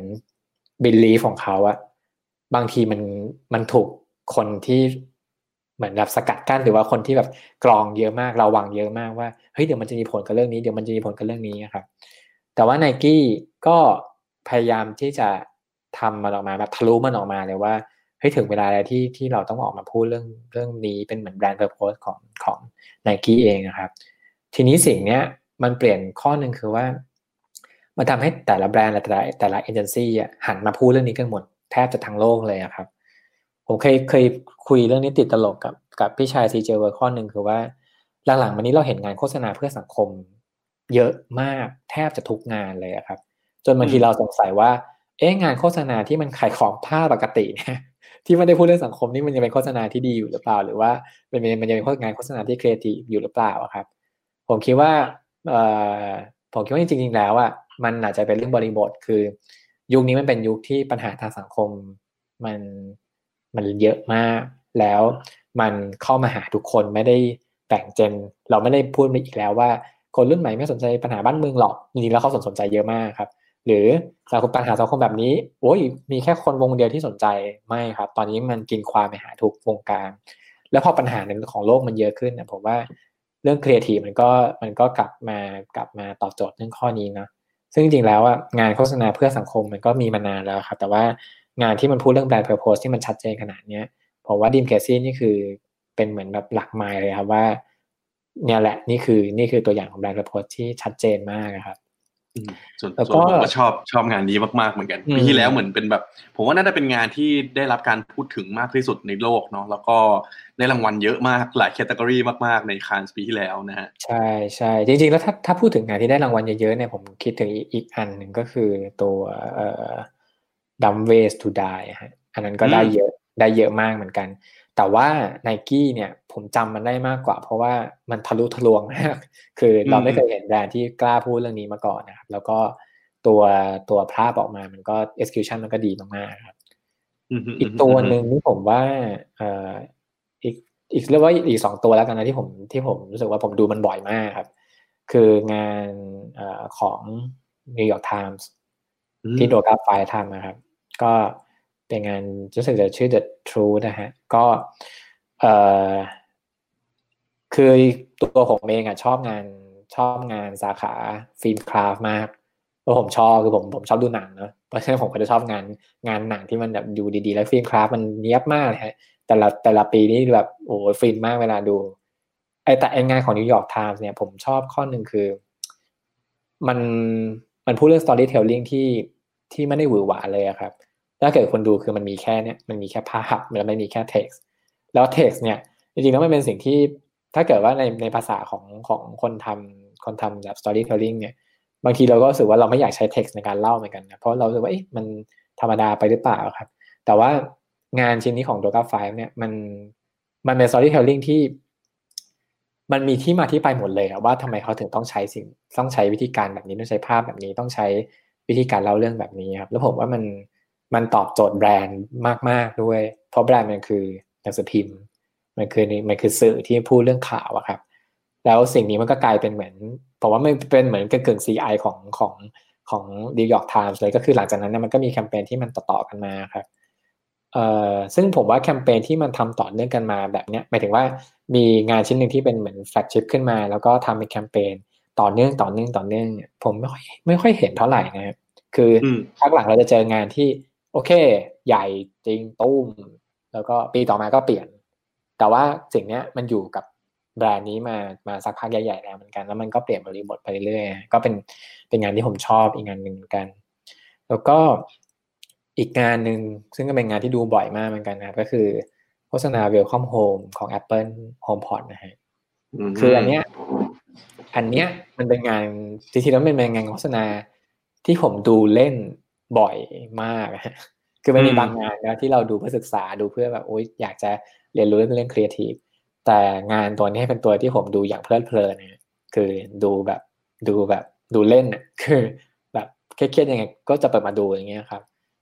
belief ของเขาอะบางทีมันถูกคนที่เหมือนแบบสกัดกั้นหรือว่าคนที่แบบกรองเยอะมากระวังเยอะมากว่าเฮ้ยเดี๋ยวมันจะมีผลกับเรื่องนี้เดี๋ยวมันจะมีผลกับเรื่องนี้ครับแต่ว่า Nike ก็พยายามที่จะทำมันออกมาแบบทะลุมันออกมาเลยว่าเฮ้ยถึงเวลาแล้วที่เราต้องออกมาพูดเรื่องนี้เป็นเหมือนแบรนด์เพอร์โพสของ Nike เองนะครับทีนี้สิ่งเนี้ยมันเปลี่ยนข้อหนึ่งคือว่ามันทำให้แต่ละแบรนด์แต่ละเอเจนซี่หันมาพูดเรื่องนี้กันหมดแทบจะทั้งโลกเลยครับผมเคยคุยเรื่องนี้ติดตลกกับพี่ชาย CJ Work ข้อหนึ่งคือว่าหลังๆมานี้เราเห็นงานโฆษณาเพื่อสังคมเยอะมากแทบจะทุกงานเลยครับจนบางทีเราสงสัยว่างานโฆษณาที่มันขายของผ้าปกติเนี่ยที่ไม่ได้พูดเรื่องสังคมนี่มันจะเป็นโฆษณาที่ดีอยู่หรือเปล่าหรือว่ามันจะเป็นงานโฆษณาที่ครีเอทีฟอยู่หรือเปล่าครับผมคิดว่าจริงๆแล้วมันอาจจะเป็นเรื่องบริบทคือยุคนี้มันเป็นยุคที่ปัญหาทางสังคมมันเยอะมากแล้วมันเข้ามาหาทุกคนไม่ได้แบ่งเจนเราไม่ได้พูดอีกแล้วว่าคนรุ่นใหม่ไม่สนใจปัญหาบ้านเมืองหรอกจริงๆแล้วเขาสนใจเยอะมากครับหรือปัญหาสังคมแบบนี้โอ้ยมีแค่คนวงเดียวที่สนใจไม่ครับตอนนี้มันกินความไปหาทุกวงการแล้วพอปัญหาในของโลกมันเยอะขึ้นผมว่าเรื่องครีเอทีฟมันก็กลับมาตอบโจทย์เรื่องข้อนี้นะซึ่งจริงๆแล้วงานโฆษณาเพื่อสังคมมันก็มีมานานแล้วครับแต่ว่างานที่มันพูดเรื่องแบรนด์เพอร์โพสที่มันชัดเจนขนาดนี้ผมว่าดิมเคซี่นี่คือเป็นเหมือนแบบหลักไมล์เลยครับว่าเนี่ยแหละนี่คือตัวอย่างของแบรนด์เพอร์โพสที่ชัดเจนมากครับส่วนผมก็ชอบงานนี้มากๆเหมือนกันปีที่แล้วเหมือนเป็นแบบผมว่าน่าจะเป็นงานที่ได้รับการพูดถึงมากที่สุดในโลกเนาะแล้วก็ได้รางวัลเยอะมากหลายแคตตากรีมากๆในคานส์ปีที่แล้วนะฮะใช่จริงๆแล้วถ้าพูดถึงงานที่ได้รางวัลเยอะๆเนี่ยผมคิดถึงอีกอันหนึ่งก็คือตัวDumb Ways to Die ฮะอันนั้นก็ได้เยอะมากเหมือนกันแต่ว่า Nike เนี่ยผมจำมันได้มากกว่าเพราะว่ามันทะลุทะลวงมากคือเราไม่เคยเห็นแบรนด์ที่กล้าพูดเรื่องนี้มาก่อนนะครับแล้วก็ตัวภาพออกมามันก็ execution มันก็ดีมากๆครับอีกตัวหนึ่งที่ผมว่าอีกเรียกว่าอีก2ตัวแล้วกันนะที่ผมรู้สึกว่าผมดูมันบ่อยมากครับคืองานของ New York Times ที่โดกาไฟทำนะครับก็เป็นงานรู้สึกจะชื่อ The Truth นะฮะก็คือตัวผมเองชอบงานสาขาฟิล์มคราฟต์มากเพราะผมชอบคือผมชอบดูหนังเนอะเพราะฉะนั้นผมก็จะชอบงานหนังที่มันแบบดูดีๆแล้วฟิล์มคราฟต์มันเนียบมากเลยฮะแต่ละปีนี่แบบโอ้ฟินมากเวลาดูแต่งานของ New York Times เนี่ยผมชอบข้อหนึ่งคือมันพูดเรื่อง storytelling ที่ไม่ได้หวือหวาเลยครับถ้าเกิดคนดูคือมันมีแค่เนี่ยมันมีแค่ภาพแล้วไม่มีแค่ text แล้ว text เนี่ยจริงๆแล้วมันเป็นสิ่งที่ถ้าเกิดว่าในภาษาของคนทำแบบ storytelling เนี่ยบางทีเราก็รู้สึกว่าเราไม่อยากใช้ text ในการเล่าเหมือนกันนะเพราะเรารู้สึกว่ามันธรรมดาไปหรือเปล่าครับแต่ว่างานชิ้นนี้ของ Doga 5เนี่ยมันเป็น storytelling ที่มันมีที่มาที่ไปหมดเลยว่าทำไมเขาถึงต้องใช้วิธีการแบบนี้ต้องใช้ภาพแบบนี้ต้องใช้วิธีการเล่าเรื่องแบบนี้ครับแล้วผมว่ามันตอบโจทย์แบรนด์มากๆด้วยเพราะแบรนด์มันคือหนังสือพิมพ์มันคือสื่อที่พูดเรื่องข่าวครับแล้วสิ่งนี้มันก็กลายเป็นเหมือนผมว่ามันเป็นเหมือนกึ่ง CI ของ New York Times เลยก็คือหลังจากนั้นมันก็มีแคมเปญที่มันต่อกันมาครับซึ่งผมว่าแคมเปญที่มันทำต่อเนื่องกันมาแบบเนี้ยหมายถึงว่ามีงานชิ้นหนึ่งที่เป็นเหมือนแฟลกชิพขึ้นมาแล้วก็ทำเป็นแคมเปญต่อเนื่องเนี่ยผมไม่ค่อยเห็นเท่าไหร่นะครับคือภาคหลังเราจะเจองานที่โอเคใหญ่จริงตุ้มแล้วก็ปีต่อมาก็เปลี่ยนแต่ว่าสิ่งเนี้ยมันอยู่กับแบรนด์นี้มาสักพักใหญ่ๆแล้วเหมือนกันแล้วมันก็เปลี่ยนบริบทไปเรื่อยๆก็เป็นงานที่ผมชอบอีกงานหนึ่งเหมือนกันแล้วก็อีกงานหนึ่งซึ่งก็เป็นงานที่ดูบ่อยมากเหมือนกันนะก็คือโฆษณา Welcome Home ของ Apple HomePod นะฮะคืออันเนี้ยมันเป็นงานจริงๆแล้วเป็นงานโฆษณาที่ผมดูเล่นบ่อยมากคือไม่มีบางงานนะที่เราดูเพื่อศึกษาดูเพื่อแบบโอ๊ยอยากจะเรียนรู้เรื่องครีเอทีฟแต่งานตัวนี้เป็นตัวที่ผมดูอย่างเพลิดเพลินนะคือดูเล่นคือแบบเครียดๆยังไงก็จะเปิดมาดูอย่างเงี้ยครับ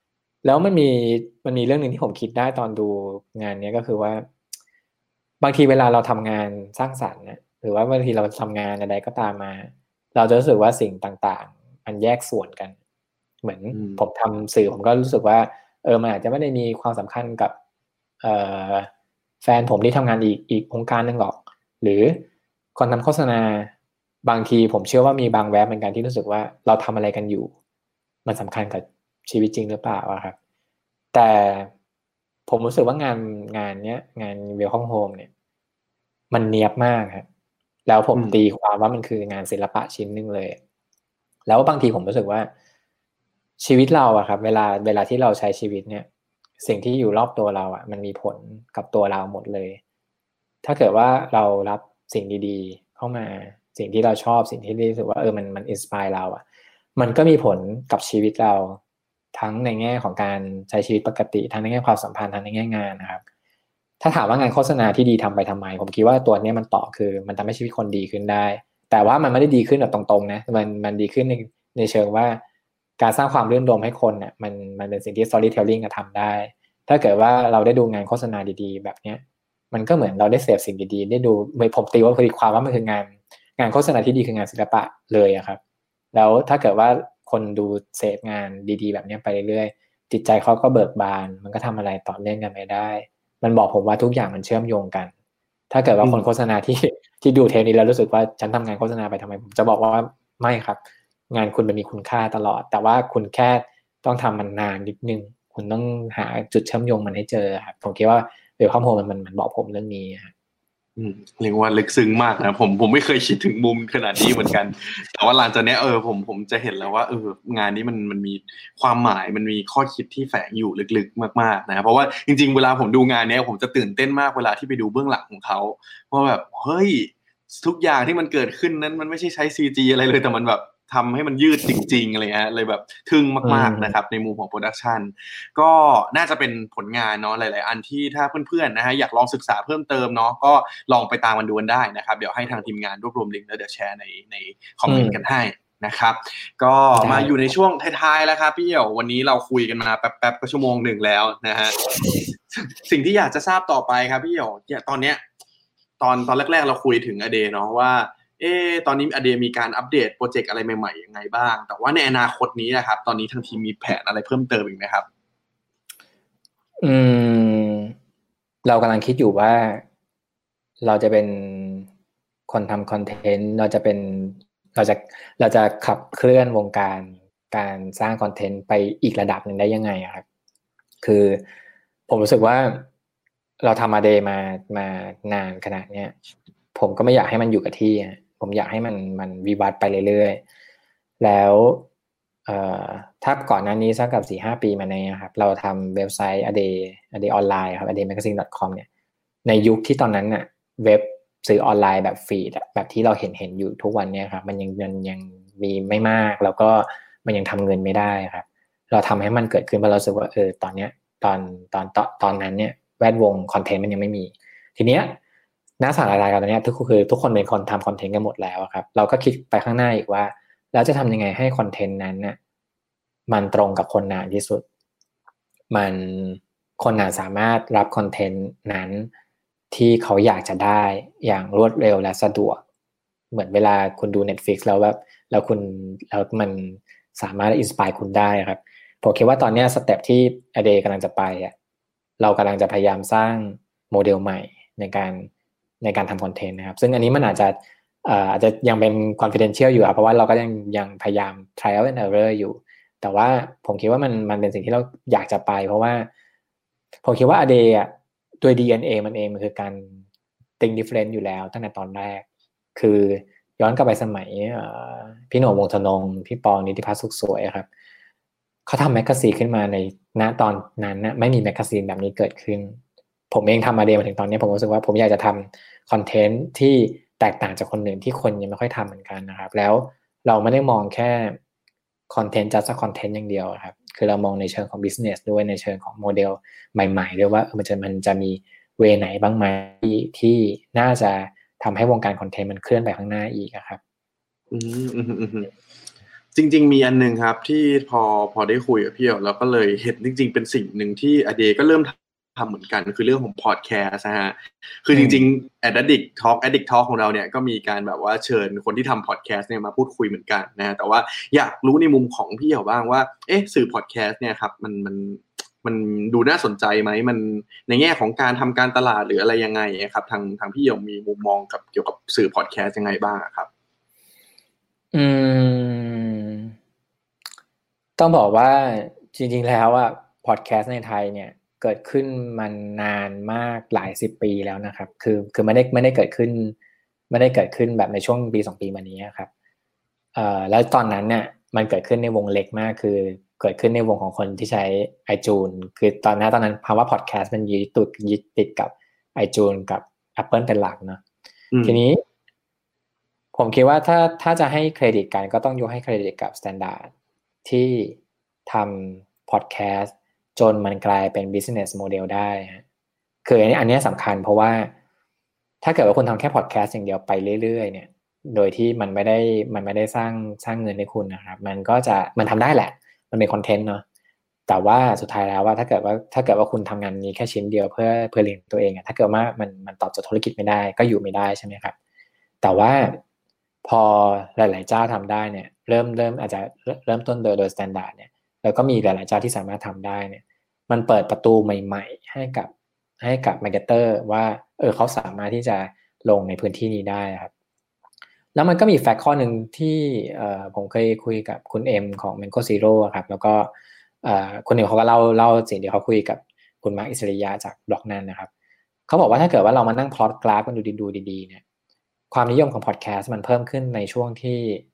แล้วมันมีเรื่องนึงที่ผมคิดได้ตอนดูงานนี้ก็คือว่าบางทีเวลาเราทำงานสร้างสรรค์เนี่ยหรือว่าบางทีเราทำงานอะไรก็ตามมาเราจะรู้สึกว่าสิ่งต่างๆมันแยกส่วนกันเหมือนผมทำสื่อผมก็รู้สึกว่ามันอาจจะไม่ได้มีความสำคัญกับแฟนผมที่ทำงานอีกองค์การนึงหรอกหรือคนทำโฆษณาบางทีผมเชื่อว่ามีบางแวบเหมือนกันที่รู้สึกว่าเราทำอะไรกันอยู่มันสำคัญกับชีวิตจริงหรือเปล่าครับแต่ผมรู้สึกว่างานเนี้ยงาน Welcome Home เนี่ยมันเนียบมากครับแล้วผมตีความว่ามันคืองานศิลปะชิ้นนึงเลยแล้วบางทีผมรู้สึกว่าชีวิตเราอะครับเวลาที่เราใช้ชีวิตเนี่ยสิ่งที่อยู่รอบตัวเราอะมันมีผลกับตัวเราหมดเลยถ้าเกิดว่าเรารับสิ่งดีๆเข้ามาสิ่งที่เราชอบสิ่งที่รู้สึกว่ามันอินสไปร์เราอะมันก็มีผลกับชีวิตเราทั้งในแง่ของการใช้ชีวิตปกติทั้งในแง่ความสัมพันธ์ทั้งในแง่งานนะครับถ้าถามว่างานโฆษณาที่ดีทำไปทำไมผมคิดว่าตัวนี้มันต่อคือมันทำให้ชีวิตคนดีขึ้นได้แต่ว่ามันไม่ได้ดีขึ้นแบบตรงๆนะมันดีขึ้นในเชิงว่าการสร้างความรื่นรมให้คนเนี่ยมันเป็นสิ่งที่ storytelling ทำได้ถ้าเกิดว่าเราได้ดูงานโฆษณาดีๆแบบเนี้ยมันก็เหมือนเราได้เสพสิ่งดีๆได้ดูผมตีว่าคือความว่ามันคืองานโฆษณาที่ดีคืองานศิลปะเลยอะครับแล้วถ้าเกิดว่าคนดูเสพงานดีๆแบบนี้ไปเรื่อยๆจิตใจเขาก็เบิกบานมันก็ทำอะไรต่อเนื่องกันไปได้มันบอกผมว่าทุกอย่างมันเชื่อมโยงกันถ้าเกิดว่าคนโฆษณาที่ดูเทปนี้แล้วรู้สึกว่าฉันทำงานโฆษณาไปทำไมผมจะบอกว่าไม่ครับงานคุณมันมีคุณค่าตลอดแต่ว่าคุณแค่ต้องทำมันนานนิดนึงคุณต้องหาจุดเชื่อมโยงมันให้เจอครับผมคิดว่าWelcome Homeมันบอกผมเรื่องนี้ครับเรียกว่าลึกซึ้งมากนะผมไม่เคยคิดถึงมุมขนาดนี้เหมือนกันแต่ว่าหลังจากนี้ผมจะเห็นแล้วว่างานนี้มันมีความหมายมันมีข้อคิดที่แฝงอยู่ลึกๆมากๆนะเพราะว่าจริงๆเวลาผมดูงานนี้ผมจะตื่นเต้นมากเวลาที่ไปดูเบื้องหลังของเขาเพราะแบบเฮ้ยทุกอย่างที่มันเกิดขึ้นนั้นมันไม่ใช่ใช้ CG อะไรเลยแต่มันแบบทำให้มันยืดจริงๆอะไรเงี้ยเลยแบบทึ่งมากๆนะครับในมุมของโปรดักชันก็น่าจะเป็นผลงานเนาะหลายๆอันที่ถ้าเพื่อนๆนะฮะอยากลองศึกษาเพิ่มเติมเนาะก็ลองไปตามมันดูกันได้นะครับเดี๋ยวให้ทางทีมงานรวบรวมลิงก์แล้วเดี๋ยวแชร์ในคอมเมนต์กันให้นะครับก็มาอยู่ในช่วงท้ายๆแล้วครับพี่เอี่ยววันนี้เราคุยกันมาแป๊บๆก็ชั่วโมงหนึ่งแล้วนะฮะสิ่งที่อยากจะทราบต่อไปครับพี่เอี่ยวตอนเนี้ยตอนแรกๆเราคุยถึงอเดเนาะว่าตอนนี้อเดมีการอัปเดตโปรเจกต์อะไรใหม่ๆยังไงบ้างแต่ว่าในอนาคตนี้นะครับตอนนี้ทางทีมมีแผนอะไรเพิ่มเติมอีกไหมครับเรากำลังคิดอยู่ว่าเราจะเป็นคนทำคอนเทนต์เราจะขับเคลื่อนวงการสร้างคอนเทนต์ไปอีกระดับหนึ่งได้ยังไงครับคือผมรู้สึกว่าเราทำมาเดย์มานานขนาดเนี้ยผมก็ไม่อยากให้มันอยู่กับที่ผมอยากให้มันวิวัฒน์ไปเรื่อยๆแล้วถ้าก่อนหน้านี้สักกับ 4-5 ปีมาเนี่ยครับเราทำเว็บไซต์ a day online ครับ adaymagazine.com เนี่ยในยุคที่ตอนนั้นน่ะเว็บสื่อออนไลน์แบบฟีดแบบที่เราเห็นอยู่ทุกวันเนี่ยครับมันยังมีไม่มากแล้วก็มันยังทำเงินไม่ได้ครับเราทำให้มันเกิดขึ้นเพราะเราสึกว่าตอนเนี้ยตอนนั้นเนี่ยแวดวงคอนเทนต์มันยังไม่มีทีเนี้ยน่าสาระกันตอนนี้ทุกคนเป็นคนทำคอนเทนต์กันหมดแล้วครับเราก็คิดไปข้างหน้าอีกว่าแล้วจะทำยังไงให้คอนเทนต์นั้นน่ะมันตรงกับคนอ่านที่สุดคนอ่านสามารถรับคอนเทนต์นั้นที่เขาอยากจะได้อย่างรวดเร็วและสะดวกเหมือนเวลาคุณดู Netflix แล้วแล้วมันสามารถอินสไปร์คุณได้ครับผมคิดว่าตอนนี้สเต็ปที่อเดย์กำลังจะไปเรากำลังจะพยายามสร้างโมเดลใหม่ในการทำคอนเทนต์นะครับซึ่งอันนี้มันอาจจะยังเป็น confidential อยู่เพราะว่าเราก็ยังพยายาม trial and error อยู่แต่ว่าผมคิดว่ามันเป็นสิ่งที่เราอยากจะไปเพราะว่าผมคิดว่าอเดย์ด้วย DNA มันเองมันคือการ think different อยู่แล้วตั้งแต่ตอนแรกคือย้อนกลับไปสมัยพี่โหน่ง วงศ์ธนงค์พี่ปองนิติพัฒน์สุขสวยครับเขาทำแมกกาซีนขึ้นมาในณตอนนั้นนะไม่มีแมกกาซีนแบบนี้เกิดขึ้นผมเองทำมาเดย์มาถึงตอนนี้ผมรู้สึกว่าผมอยากจะทำคอนเทนต์ที่แตกต่างจากคนอื่นที่คนยังไม่ค่อยทำเหมือนกันนะครับแล้วเราไม่ได้มองแค่คอนเทนต์ just คอนเทนต์อย่างเดียวครับคือเรามองในเชิงของ business ด้วยในเชิงของโมเดลใหม่ๆด้วยว่ามันจะมีเวไหนบ้างไหมที่น่าจะทำให้วงการคอนเทนต์มันเคลื่อนไปข้างหน้าอีกครับจริงๆมีอันนึงครับที่พอได้คุยกับพี่เอ๋แล้วก็เลยเห็นจริงๆเป็นสิ่งหนึ่งที่อเดก็เริ่มทำเหมือนกันคือเรื่องของพอดแคสต์นะฮะคือจริงๆ Addict Talk ของเราเนี่ยก็มีการแบบว่าเชิญคนที่ทำพอดแคสต์เนี่ยมาพูดคุยเหมือนกันนะแต่ว่าอยากรู้ในมุมของพี่เอ๋บ้างว่าสื่อพอดแคสต์เนี่ยครับมันดูน่าสนใจไหมมันในแง่ของการทำการตลาดหรืออะไรยังไงครับทางพี่เอ๋มีมุมมองกับเกี่ยวกับสื่อพอดแคสต์ยังไงบ้างครับต้องบอกว่าจริงๆแล้วอ่ะพอดแคสต์ในไทยเนี่ยเกิดขึ้นมันนานมากหลาย10 ปีแล้วนะครับคือไม่ได้เกิดขึ้นแบบในช่วงปี2 ปีมานี้ครับแล้วตอนนั้นเนี่ยมันเกิดขึ้นในวงเล็กมากคือเกิดขึ้นในวงของคนที่ใช้ iTunes คือตอนนั้นคำว่าพอดแคสต์มันยึดติดกับ iTunes กับ Apple เป็นหลักเนาะทีนี้ผมคิดว่าถ้าจะให้เครดิตกันก็ต้องยกให้เครดิตกับ Standard ที่ทำพอดแคสต์จนมันกลายเป็น business model ได้คืออันนี้สำคัญเพราะว่าถ้าเกิดว่าคุณทำแค่พอดแคสต์อย่างเดียวไปเรื่อยๆเนี่ยโดยที่มันไม่ได้สร้างเงินให้คุณนะครับมันทำได้แหละมันเป็นคอนเทนต์เนาะแต่ว่าสุดท้ายแล้วว่าถ้าเกิดว่าคุณทำงานนี้แค่ชิ้นเดียวเพื่อเลี้ยงตัวเองถ้าเกิดว่ามันตอบโจทย์ธุรกิจไม่ได้ก็อยู่ไม่ได้ใช่ไหมครับแต่ว่าพอหลายๆเจ้าทำได้เนี่ยเริ่มอาจจะเริ่มต้นโดย standard เนี่ยแล้วก็มีหลายๆเจ้าที่สามารถทำได้เนี่ยมันเปิดประตูใหม่ๆให้กับมาร์เก็ตเตอร์ว่าเขาสามารถที่จะลงในพื้นที่นี้ได้ครับแล้วมันก็มีแฟกต์ข้อหนึ่งที่ผมเคยคุยกับคุณเอ็มของ Mango Zero ครับแล้วก็คนหนึ่งเขาก็เล่าสิ่งที่เขาคุยกับคุณมาร์คอิสริยะจากบล็อกนั้นนะครับเขาบอกว่าถ้าเกิดว่าเรามานั่งพลอตกราฟกันดูดีๆเนี่ยความนิยมของพอดแคสต์มันเพิ่มขึ้นในช่วงที่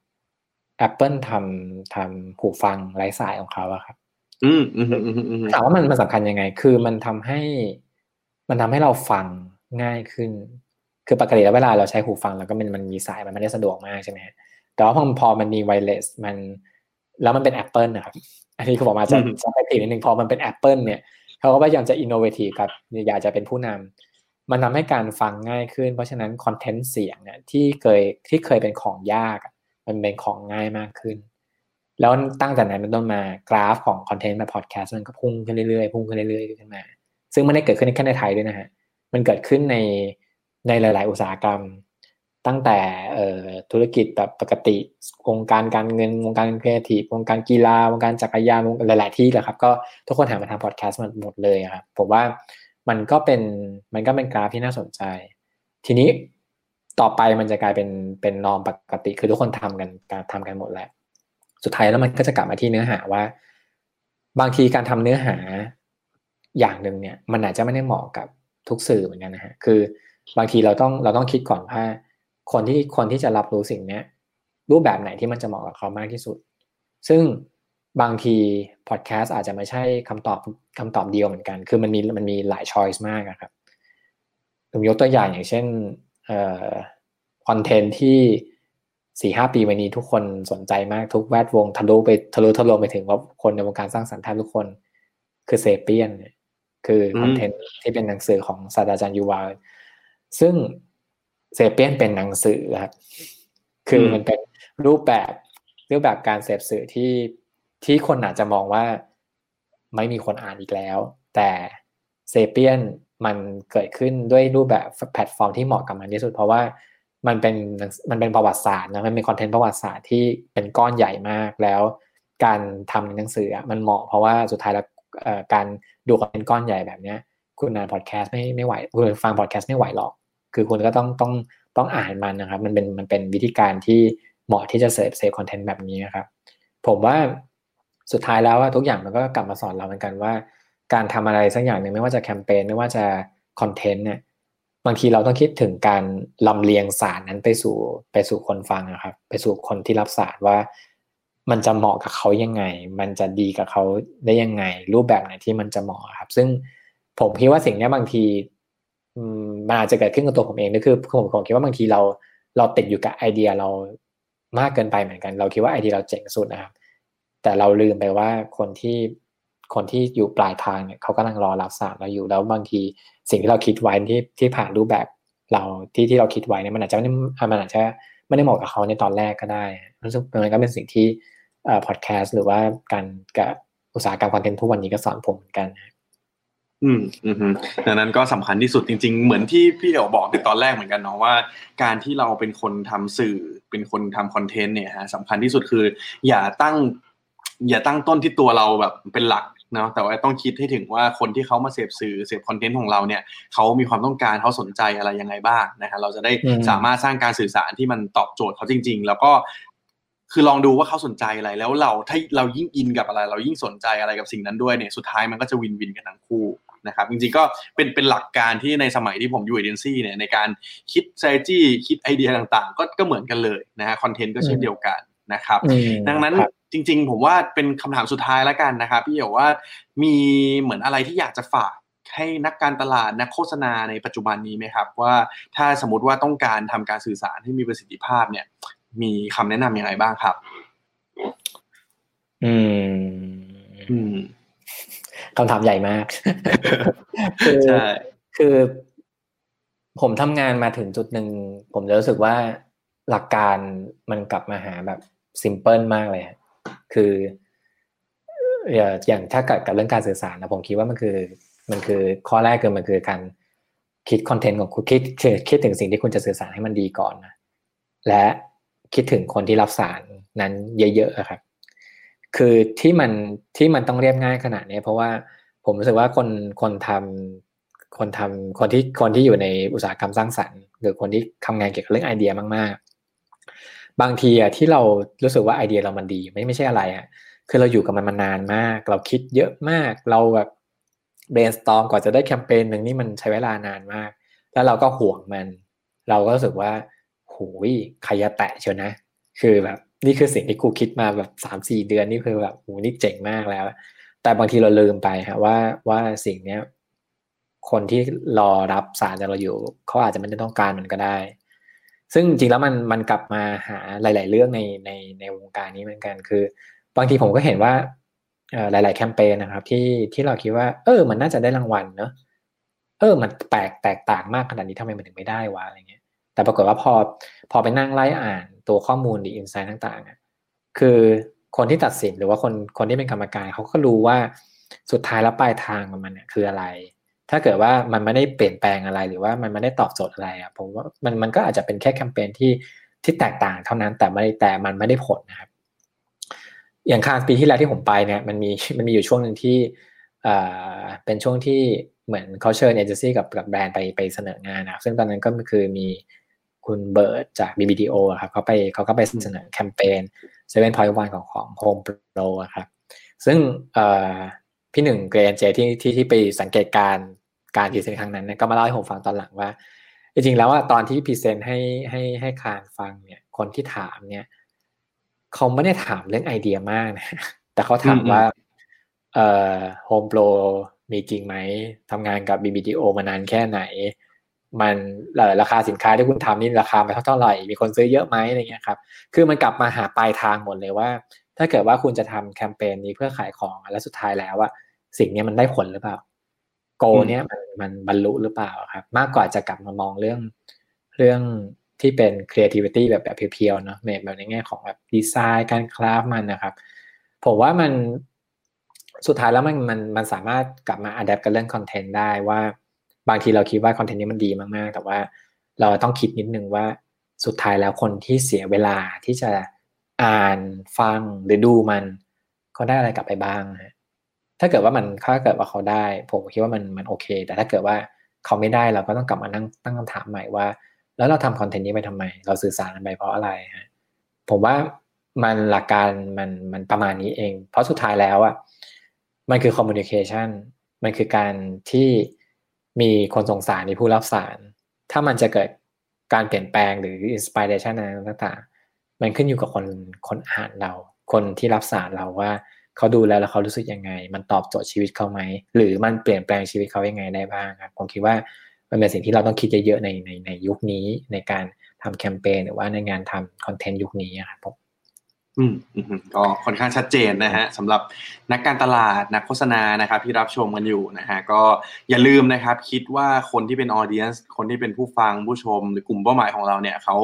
Apple ทำหูฟังไร้สายของเขาอะครับถามว่ามันสำคัญยังไงคือมันทำให้เราฟังง่ายขึ้นคือปกติแล้วเวลาเราใช้หูฟังแล้วก็มันมีสายมันไม่ได้สะดวกมากใช่ไหมแต่ว่าพอมันมีไวเลสแล้วมันเป็น Apple นะครับอันนี้คือบอกมาจะไปผิดนิดนึงพอมันเป็น Apple เนี่ยเขาก็พยายามจะ innovative กับอยากจะเป็นผู้นำมันทำให้การฟังง่ายขึ้นเพราะฉะนั้นคอนเทนต์เสียงเนี่ยที่เคยเป็นของยากมันเป็นของง่ายมากขึ้นแล้วตั้งแต่นั้นเป็นต้นมากราฟของคอนเทนต์แบบพอดแคสต์มันก็พุ่งขึ้นเรื่อยๆขึ้นมาซึ่งไม่ได้เกิดขึ้นแค่ในไทยด้วยนะฮะมันเกิดขึ้นในหลายๆอุตสาหกรรมตั้งแต่ธุรกิจแบบปกติวงการการเงินวงการครีเอทีฟวงการกีฬาวงการจักรยานหลายๆที่แหละครับก็ทุกคนหันมาทำพอดแคสต์หมดเลยครับผมว่ามันก็เป็นกราฟที่น่าสนใจทีนี้ต่อไปมันจะกลายเป็นนอร์มปกติคือทุกคนทำกันหมดแล้วสุดท้ายแล้วมันก็จะกลับมาที่เนื้อหาว่าบางทีการทำเนื้อหาอย่างหนึ่งเนี่ยมันอาจจะไม่ได้เหมาะกับทุกสื่อเหมือนกันนะฮะคือบางทีเราต้องคิดก่อนว่าคนที่จะรับรู้สิ่งนี้รูปแบบไหนที่มันจะเหมาะกับเขามากที่สุดซึ่งบางทีพอดแคสต์อาจจะไม่ใช่คำตอบเดียวเหมือนกันคือมันมีหลายช้อยส์มากครับผมยกตัวอย่างเช่นคอนเทนต์ที่ 4-5 ปีมานี้ทุกคนสนใจมากทุกแวดวงทะลุไปถึงว่าคนในวงการสร้างสรรค์แทบทุกคนคือเซเปียนคือคอนเทนต์ที่เป็นหนังสือของศาสตราจารย์ยูวาลซึ่งเซเปียนเป็นหนังสือครับคือมันเป็นรูปแบบการเสพสื่อที่คนอาจจะมองว่าไม่มีคนอ่านอีกแล้วแต่เซเปียนมันเกิดขึ้นด้วยรูปแบบแพลตฟอร์มที่เหมาะกับมันที่สุดเพราะว่ามันเป็นประวัติศาสตร์นะมันเป็นคอนเทนต์ประวัติศาสตร์ที่เป็นก้อนใหญ่มากแล้วการทำหนังสือมันเหมาะเพราะว่าสุดท้ายแล้วการดูคอนเทนต์ก้อนใหญ่แบบนี้คุณอ่านพอดแคสต์ไม่ไหวคุณฟังพอดแคสต์ไม่ไหวหรอกคือคุณก็ต้องอ่านมันนะครับมันเป็นวิธีการที่เหมาะที่จะเสพคอนเทนต์แบบนี้นะครับผมว่าสุดท้ายแล้วว่าทุกอย่างมันก็กลับมาสอนเราเหมือนกันว่าการทำอะไรสักอย่างหนึ่งไม่ว่าจะแคมเปญไม่ว่าจะคอนเทนต์เนี่ยบางทีเราต้องคิดถึงการลำเลียงสารนั้นไปสู่คนฟังนะครับไปสู่คนที่รับสารว่ามันจะเหมาะกับเขายังไงมันจะดีกับเขาได้ยังไงรูปแบบไหนที่มันจะเหมาะครับซึ่งผมคิดว่าสิ่งนี้บางทีมันอาจจะเกิดขึ้นกับตัวผมเองก็คือผมคิดว่าบางทีเราติดอยู่กับไอเดียเรามากเกินไปเหมือนกันเราคิดว่าไอเดียเราเจ๋งสุดนะครับแต่เราลืมไปว่าคนที่อยู่ปลายทางเนี่ยเขากำลังรอรับสารเราอยู่แล้วบางทีสิ่งที่เราคิดไว้ที่ผ่านรูปแบบเราที่เราคิดไว้เนี่ยมันอาจจะไม่ได้เหมาะกับเขาในตอนแรกก็ได้รู้สึกมันก็เป็นสิ่งที่พอดแคสต์หรือว่าการกับอุตสาหกรรมคอนเทนต์ทุกวันนี้ก็สอนผมเหมือนกันดังนั้นก็สำคัญที่สุดจริงๆเหมือนที่พี่เอ๋บอกในตอนแรกเหมือนกันเนาะว่าการที่เราเป็นคนทำสื่อเป็นคนทำคอนเทนต์เนี่ยฮะสำคัญที่สุดคืออย่าตั้งต้นที่ตัวเราแบบเป็นหลักเนาะแต่ว่าต้องคิดให้ถึงว่าคนที่เขามาเสพสื่อเสพคอนเทนต์ของเราเนี่ยเขามีความต้องการเขาสนใจอะไรยังไงบ้างนะฮะเราจะได้สามารถสร้างการสื่อสารที่มันตอบโจทย์เขาจริงๆแล้วก็คือลองดูว่าเขาสนใจอะไรแล้วถ้าเรายิ่งอินกับอะไรเรายิ่งสนใจอะไรกับสิ่งนั้นด้วยเนี่ยสุดท้ายมันก็จะวินวินกันทั้งคู่นะครับจริงๆก็เป็นหลักการที่ในสมัยที่ผมอยู่เอเจนซี่เนี่ยในการคิด strategy คิดไอเดียต่างๆก็เหมือนกันเลยนะฮะคอนเทนต์ก็เช่นเดียวกันนะครับดังนั้นจริงๆผมว่าเป็นคำถามสุดท้ายแล้วกันนะครับพี่เอ๋ว่ามีเหมือนอะไรที่อยากจะฝากให้นักการตลาดนักโฆษณาในปัจจุบันนี้ไหมครับว่าถ้าสมมติว่าต้องการทำการสื่อสารให้มีประสิทธิภาพเนี่ยมีคำแนะนำยังไงบ้างครับคำถามใหญ่มาก คือผมทำงานมาถึงจุดหนึ่งผมจะรู้สึกว่าหลักการมันกลับมาหาแบบซิมเพิลมากเลยคืออย่างถ้ากับเรื่องการสื่อสารนะผมคิดว่ามันคือข้อแรกคือมันคือการคิดคอนเทนต์ของคุณคิดถึงสิ่งที่คุณจะสื่อสารให้มันดีก่อนนะและคิดถึงคนที่รับสารนั้นเยอะๆครับคือที่มันต้องเรียบง่ายขนาดนี้เพราะว่าผมรู้สึกว่าคนที่อยู่ในอุตสาหกรรมสร้างสรรค์หรือคนที่ทำงานเกี่ยวกับเรื่องไอเดียมากๆบางทีที่เรารู้สึกว่าไอเดียเรามันดีไม่ใช่อะไรคือเราอยู่กับมันมานานมากเราคิดเยอะมากเราแบบ brainstorm กว่าจะได้แคมเปญนึงนี่มันใช้เวลานานมากแล้วเราก็ห่วงมันเราก็รู้สึกว่าโหยใครจะแตะเชียวนะคือแบบนี่คือสิ่งที่กูคิดมาแบบ 3-4 เดือนนี่คือแบบโหนี่เจ๋งมากแล้วแต่บางทีเราลืมไปว่าสิ่งเนี้ยคนที่รอรับสารจากเราอยู่เขาอาจจะไม่ได้ต้องการมันก็ได้ซึ่งจริงแล้วมันกลับมาหาหลายๆเรื่องในวงการนี้เหมือนกันคือบางทีผมก็เห็นว่าหลายๆแคมเปญนะครับที่เราคิดว่ามันน่าจะได้รางวัลเนอะมันแตกต่างมากขนาดนี้ทำไมมันถึงไม่ได้วะอะไรเงี้ยแต่ปรากฏว่าพอไปนั่งไล่อ่านตัวข้อมูลหรืออินไซต์ต่างๆคือคนที่ตัดสินหรือว่าคนที่เป็นกรรมการเขาก็รู้ว่าสุดท้ายแล้วปลายทางมันเนี่ยคืออะไรถ้าเกิดว่ามันไม่ได้เปลี่ยนแปลงอะไรหรือว่ามันไม่ได้ตอบโจทย์อะไรผมว่ามันก็อาจจะเป็นแค่แคมเปญที่แตกต่างเท่านั้นแต่มันไม่ได้ผลนะครับอย่างคานปีที่แล้วที่ผมไปเนี่ยมันมีอยู่ช่วงนึงที่เป็นช่วงที่เหมือนเขาเชิญเอเจนซี่กับแบรนด์ไปเสนองานนะซึ่งตอนนั้นก็คือมีคุณเบิร์ดจาก BBDO ครับเขาก็ไปเสนอแคมเปญ 7.1 ของ Home Pro ครับซึ่งพี่หนึ่งเกรนเจที่ไปสังเกตการพรีเซนต์ครั้งนั้นก็มาเล่าให้ผมฟังตอนหลังว่าจริงๆแล้วตอนที่พรีเซนต์ให้คานฟังเนี่ยคนที่ถามเนี่ยเขาไม่ได้ถามเรื่องไอเดียมากนะแต่เขาถามว่าHome Pro มีจริงไหมทำงานกับ BBDO มานานแค่ไหนมันราคาสินค้าที่คุณทำนี่ราคาเท่าไหร่มีคนซื้อเยอะไหมอะไรเงี้ยครับคือมันกลับมาหาปลายทางหมดเลยว่าถ้าเกิดว่าคุณจะทำแคมเปญนี้เพื่อขายของแล้วสุดท้ายแล้วสิ่งนี้มันได้ผลหรือเปล่าโกเนี่ยมันบรรลุหรือเปล่าครับมากกว่าจะกลับมามองเรื่องที่เป็น creativity แบบเพียวๆเนาะแบบในแง่ของแบบดีไซน์การคราฟมันนะครับผมว่ามันสุดท้ายแล้วมันสามารถกลับมา adapt กับเรื่องคอนเทนต์ได้ว่าบางทีเราคิดว่าคอนเทนต์นี้มันดีมากๆแต่ว่าเราต้องคิดนิดนึงว่าสุดท้ายแล้วคนที่เสียเวลาที่จะอ่านฟังหรือดูมันเขาได้อะไรกลับไปบ้างนะถ้าเกิดว่าเขาได้ผมคิดว่ามันโอเคแต่ถ้าเกิดว่าเขาไม่ได้เราก็ต้องกลับมาตั้งคำถามใหม่ว่าแล้วเราทำคอนเทนต์นี้ไปทำไมเราสื่อสารมันไปเพราะอะไรฮะผมว่ามันหลักการมันประมาณนี้เองเพราะสุดท้ายแล้วมันคือ communication มันคือการที่มีคนส่งสารมีผู้รับสารถ้ามันจะเกิดการเปลี่ยนแปลงหรือ inspiration อะไรต่างๆมันขึ้นอยู่กับคนอ่านเราคนที่รับสารเราว่าเขาดูแล้วเขารู้สึกยังไงมันตอบโจทย์ชีวิตเขาไหมหรือมันเปลี่ยนแปลงชีวิตเขายังไงได้บ้างครับผมคิดว่ามันเป็นสิ่งที่เราต้องคิดเยอะๆในยุคนี้ในการทำแคมเปญหรือว่าในงานทำคอนเทนต์ยุคนี้ครับผมก็ค่อนข้างชัดเจนนะฮะสำหรับนักการตลาดนักโฆษณานะครับที่รับชมกันอยู่นะฮะก็อย่าลืมนะครับคิดว่าคนที่เป็นออเดียนซ์คนที่เป็นผู้ฟังผู้ชมหรือกลุ่มเป้าหมายของเราเนี่ยเขา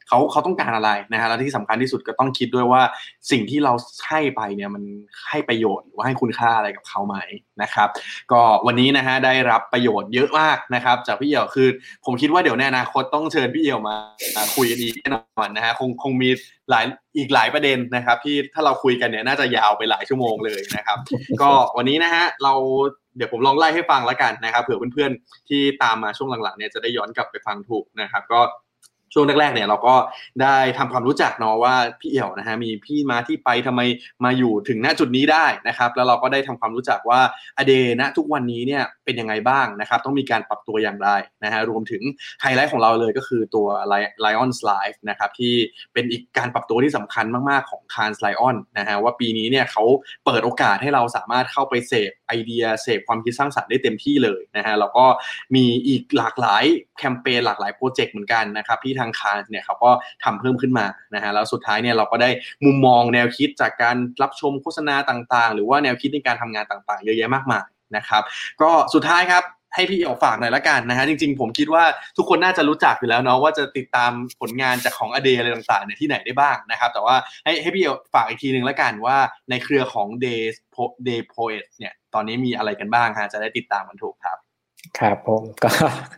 เขาต้องการอะไรนะฮะแล้วที่สำคัญที่สุดก็ต้องคิดด้วยว่าสิ่งที่เราให้ไปเนี่ยมันให้ประโยชน์หรือว่าให้คุณค่าอะไรกับเขาไหมนะครับก็วันนี้นะฮะได้รับประโยชน์เยอะมากนะครับจากพี่เอี่ยวคือผมคิดว่าเดี๋ยวในอนาคตต้องเชิญพี่เอี่ยวมาคุยกันอีกแน่นอนนะฮะคงมีอีกหลายประเด็นนะครับที่ถ้าเราคุยกันเนี่ยน่าจะยาวไปหลายชั่วโมงเลยนะครับก็วันนี้นะฮะเดี๋ยวผมลองไล่ให้ฟังแล้วกันนะครับเผื่อเพื่อนๆที่ตามมาช่วงหลังๆเนี่ยจะได้ย้อนกลับไปฟังถูกนะครับก็ช่วงแรกๆเนี่ยเราก็ได้ทำความรู้จักเนาะว่าพี่เอี่ยวนะฮะมีพี่มาที่ไปทำไมมาอยู่ถึงณจุดนี้ได้นะครับแล้วเราก็ได้ทำความรู้จักว่าอเดณทุกวันนี้เนี่ยเป็นยังไงบ้างนะครับต้องมีการปรับตัวอย่างไรนะฮะรวมถึงไฮไลท์ของเราเลยก็คือตัว Lions Live นะครับที่เป็นอีกการปรับตัวที่สำคัญมากๆของ Cannes Lion นะฮะว่าปีนี้เนี่ยเขาเปิดโอกาสให้เราสามารถเข้าไปเสพไอเดียเสพความคิดสร้างสรรค์ได้เต็มที่เลยนะฮะแล้วก็มีอีกหลากหลายแคมเปญหลากหลายโปรเจกต์เหมือนกันนะครับที่ทาง Cannes เนี่ยเขาก็ทำเพิ่มขึ้นมานะฮะแล้วสุดท้ายเนี่ยเราก็ได้มุมมองแนวคิดจากการรับชมโฆษณาต่างๆหรือว่าแนวคิดในการทำงานต่างๆเยอะแยะมากมายนะครับก็สุดท้ายครับให้พี่เอี่ยวฝากหน่อยละกันนะฮะจริงๆผมคิดว่าทุกคนน่าจะรู้จักอยู่แล้วเนาะว่าจะติดตามผลงานจากของอเดอะไรต่างๆเนี่ยที่ไหนได้บ้างนะครับแต่ว่าให้พี่เอี่ยวฝากอีกทีนึงละกันว่าในเครือของ Day Poets เนี่ยตอนนี้มีอะไรกันบ้างฮะจะได้ติดตามมันถูกครับครับผมก็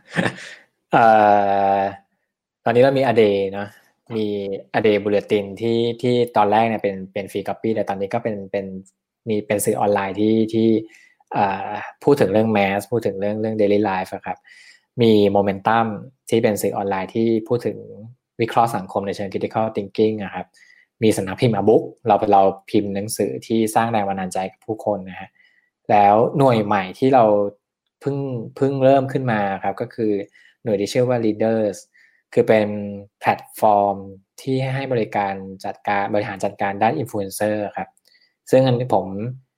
ตอนนี้เรามีอเดเนาะมีอเดบูเลตินที่ตอนแรกเนี่ยเป็นฟรีคัปปี้แต่ตอนนี้ก็เป็นสื่อออนไลน์ที่พูดถึงเรื่องแมสพูดถึงเรื่อง daily life ครับมีโมเมนตัมที่เป็นสื่อออนไลน์ที่พูดถึงวิเคราะห์สังคมในเชิง critical thinking นะครับมีสำนักพิมพ์บุ๊กเราพิมพ์หนังสือที่สร้างแรงบันดาลใจกับผู้คนนะฮะแล้วหน่วยใหม่ที่เราเพิ่งเริ่มขึ้นมาครับก็คือหน่วยที่ชื่อว่า Leaders คือเป็นแพลตฟอร์มที่ให้บริการบริหารจัดการด้านอินฟลูเอนเซอร์ครับซึ่งอันนี้ผม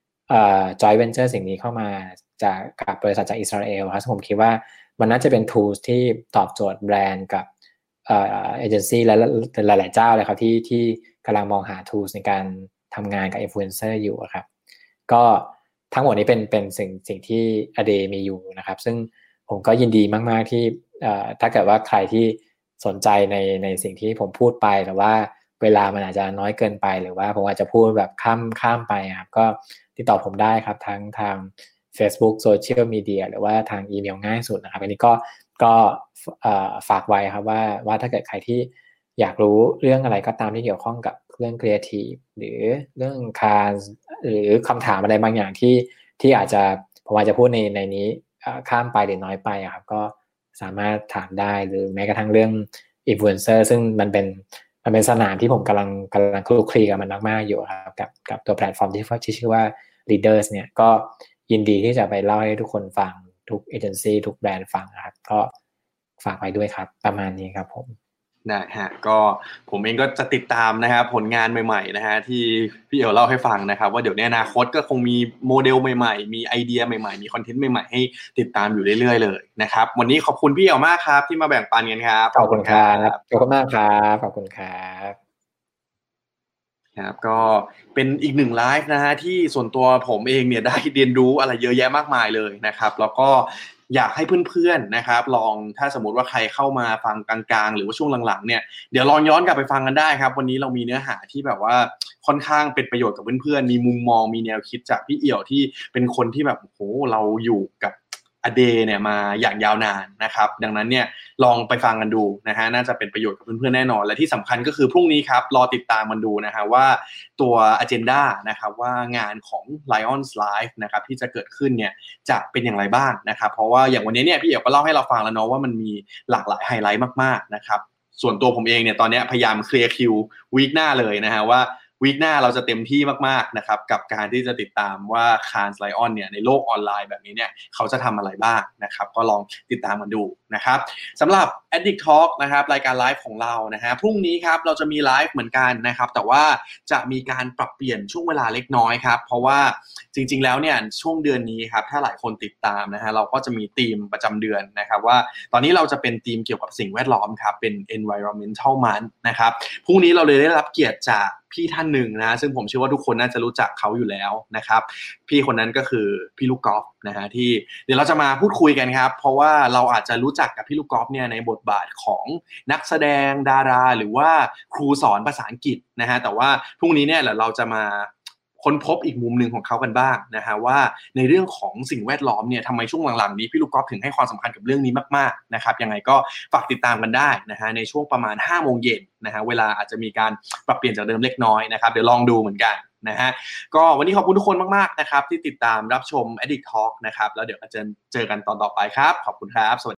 joint venture สิ่งนี้เข้ามากับบริษัทจากอิสราเอลครับผมคิดว่ามันน่าจะเป็น tools ที่ตอบโจทย์แบรนด์กับเอเจนซี่และหลายๆเจ้าเลยครับที่กำลังมองหา tools ในการทำงานกับอินฟลูเอนเซอร์อยู่ครับก็ทั้งหมดนี้เป็นสิ่งที่อเดมีอยู่นะครับซึ่งผมก็ยินดีมากๆที่ถ้าเกิดว่าใครที่สนใจในสิ่งที่ผมพูดไปแต่ว่าเวลามันอาจจะน้อยเกินไปหรือว่าผมอาจจะพูดแบบข้ามไปครับก็ติดต่อผมได้ครับทั้งทาง Facebook โซเชียลมีเดียหรือว่าทางอีเมลง่ายสุดนะครับอันนี้ก็ฝากไว้ครับว่าถ้าเกิดใครที่อยากรู้เรื่องอะไรก็ตามที่เกี่ยวข้องกับเรื่องครีเอทีฟหรือเรื่องการหรือคำถามอะไรบางอย่างที่อาจจะผมอาจจะพูดในนี้ข้ามไปหรือน้อยไปครับก็สามารถถามได้หรือแม้กระทั่งเรื่องอินฟลูเอนเซอร์ซึ่งมันเป็นสนามที่ผมกำลังคลุกคลีกับมันมากๆอยู่ครับกับตัวแพลตฟอร์มที่ชื่อว่า Leaders เนี่ยก็ยินดีที่จะไปเล่าให้ทุกคนฟังทุกเอเจนซี่ทุกแบรนด์ฟังครับก็ฝากไว้ด้วยครับประมาณนี้ครับผมได้ฮะก็ผมเองก็จะติดตามนะครับผลงานใหม่ๆนะฮะที่พี่เอ๋เล่าให้ฟังนะครับว่าเดี๋ยวในอนาคตก็คงมีโมเดลใหม่ๆมีไอเดียใหม่ๆมีคอนเทนต์ใหม่ๆให้ติดตามอยู่เรื่อยๆเลยนะครับวันนี้ขอบคุณพี่เอ๋มากครับที่มาแบ่งปันกันครับขอบคุณครับขอบคุณมากครับขอบคุณครับครับก็เป็นอีกหนึ่งไลฟ์นะฮะที่ส่วนตัวผมเองเนี่ยได้เรียนรู้อะไรเยอะแยะมากมายเลยนะครับแล้วก็อยากให้เพื่อนๆนะครับลองถ้าสมมติว่าใครเข้ามาฟังกลางๆหรือว่าช่วงหลังๆเนี่ยเดี๋ยวลองย้อนกลับไปฟังกันได้ครับวันนี้เรามีเนื้อหาที่แบบว่าค่อนข้างเป็นประโยชน์กับเพื่อนๆมีมุมมองมีแนวคิดจากพี่เอี่ยวที่เป็นคนที่แบบโอ้โหเราอยู่กับอเดเนี่ยมาอย่างยาวนานนะครับดังนั้นเนี่ยลองไปฟังกันดูนะฮะน่าจะเป็นประโยชน์กับเพื่อนๆแน่นอนและที่สำคัญก็คือพรุ่งนี้ครับรอติดตามกันดูนะฮะว่าตัว agenda นะครับว่างานของ Lions Live นะครับที่จะเกิดขึ้นเนี่ยจะเป็นอย่างไรบ้างนะครับเพราะว่าอย่างวันนี้เนี่ยพี่เอ๋ก็เล่าให้เราฟังแล้วเนาะว่ามันมีหลากหลายไฮไลท์มากๆนะครับส่วนตัวผมเองเนี่ยตอนนี้พยายามเคลียร์คิววีคหน้าเลยนะฮะว่าวีคหน้าเราจะเต็มที่มากๆนะครับกับการที่จะติดตามว่า Cannes Lion เนี่ยในโลกออนไลน์แบบนี้เนี่ยเขาจะทำอะไรบ้างนะครับก็ลองติดตามกันดูนะครับสำหรับ Addict Talk นะครับรายการไลฟ์ของเรานะฮะพรุ่งนี้ครับเราจะมีไลฟ์เหมือนกันนะครับแต่ว่าจะมีการปรับเปลี่ยนช่วงเวลาเล็กน้อยครับเพราะว่าจริงๆแล้วเนี่ยช่วงเดือนนี้ครับถ้าหลายคนติดตามนะฮะเราก็จะมีธีมประจำเดือนนะครับว่าตอนนี้เราจะเป็นธีมเกี่ยวกับสิ่งแวดล้อมครับเป็น Environmental Month นะครับพรุ่งนี้เราเลยได้รับเกียรติจากพี่ท่านหนึ่งนะซึ่งผมเชื่อว่าทุกคนน่าจะรู้จักเขาอยู่แล้วนะครับพี่คนนั้นก็คือพี่ลูกกอล์ฟนะฮะที่เดี๋ยวเราจะมาพูดคุยกันครับเพราะว่าเราอาจจะรู้จักกับพี่ลูกกอล์ฟเนี่ยในบทบาทของนักแสดงดาราหรือว่าครูสอนภาษาอังกฤษนะฮะแต่ว่าพรุ่งนี้เนี่ยเราจะมาค้นพบอีกมุมหนึ่งของเขากันบ้างนะฮะว่าในเรื่องของสิ่งแวดล้อมเนี่ยทำไมช่วงหลังๆนี้พี่ลูกกอล์ฟถึงให้ความสำคัญกับเรื่องนี้มากๆนะครับยังไงก็ฝากติดตามกันได้นะฮะในช่วงประมาณ 5 โมงเย็นนะฮะเวลาอาจจะมีการปรับเปลี่ยนจากเดิมเล็กน้อยนะครับเดี๋ยวลองดูเหมือนกันนะฮะก็วันนี้ขอบคุณทุกคนมากๆนะครับที่ติดตามรับชม Addict Talk นะครับแล้วเดี๋ยวจะเจอกันตอนต่อไปครับขอบคุณครับ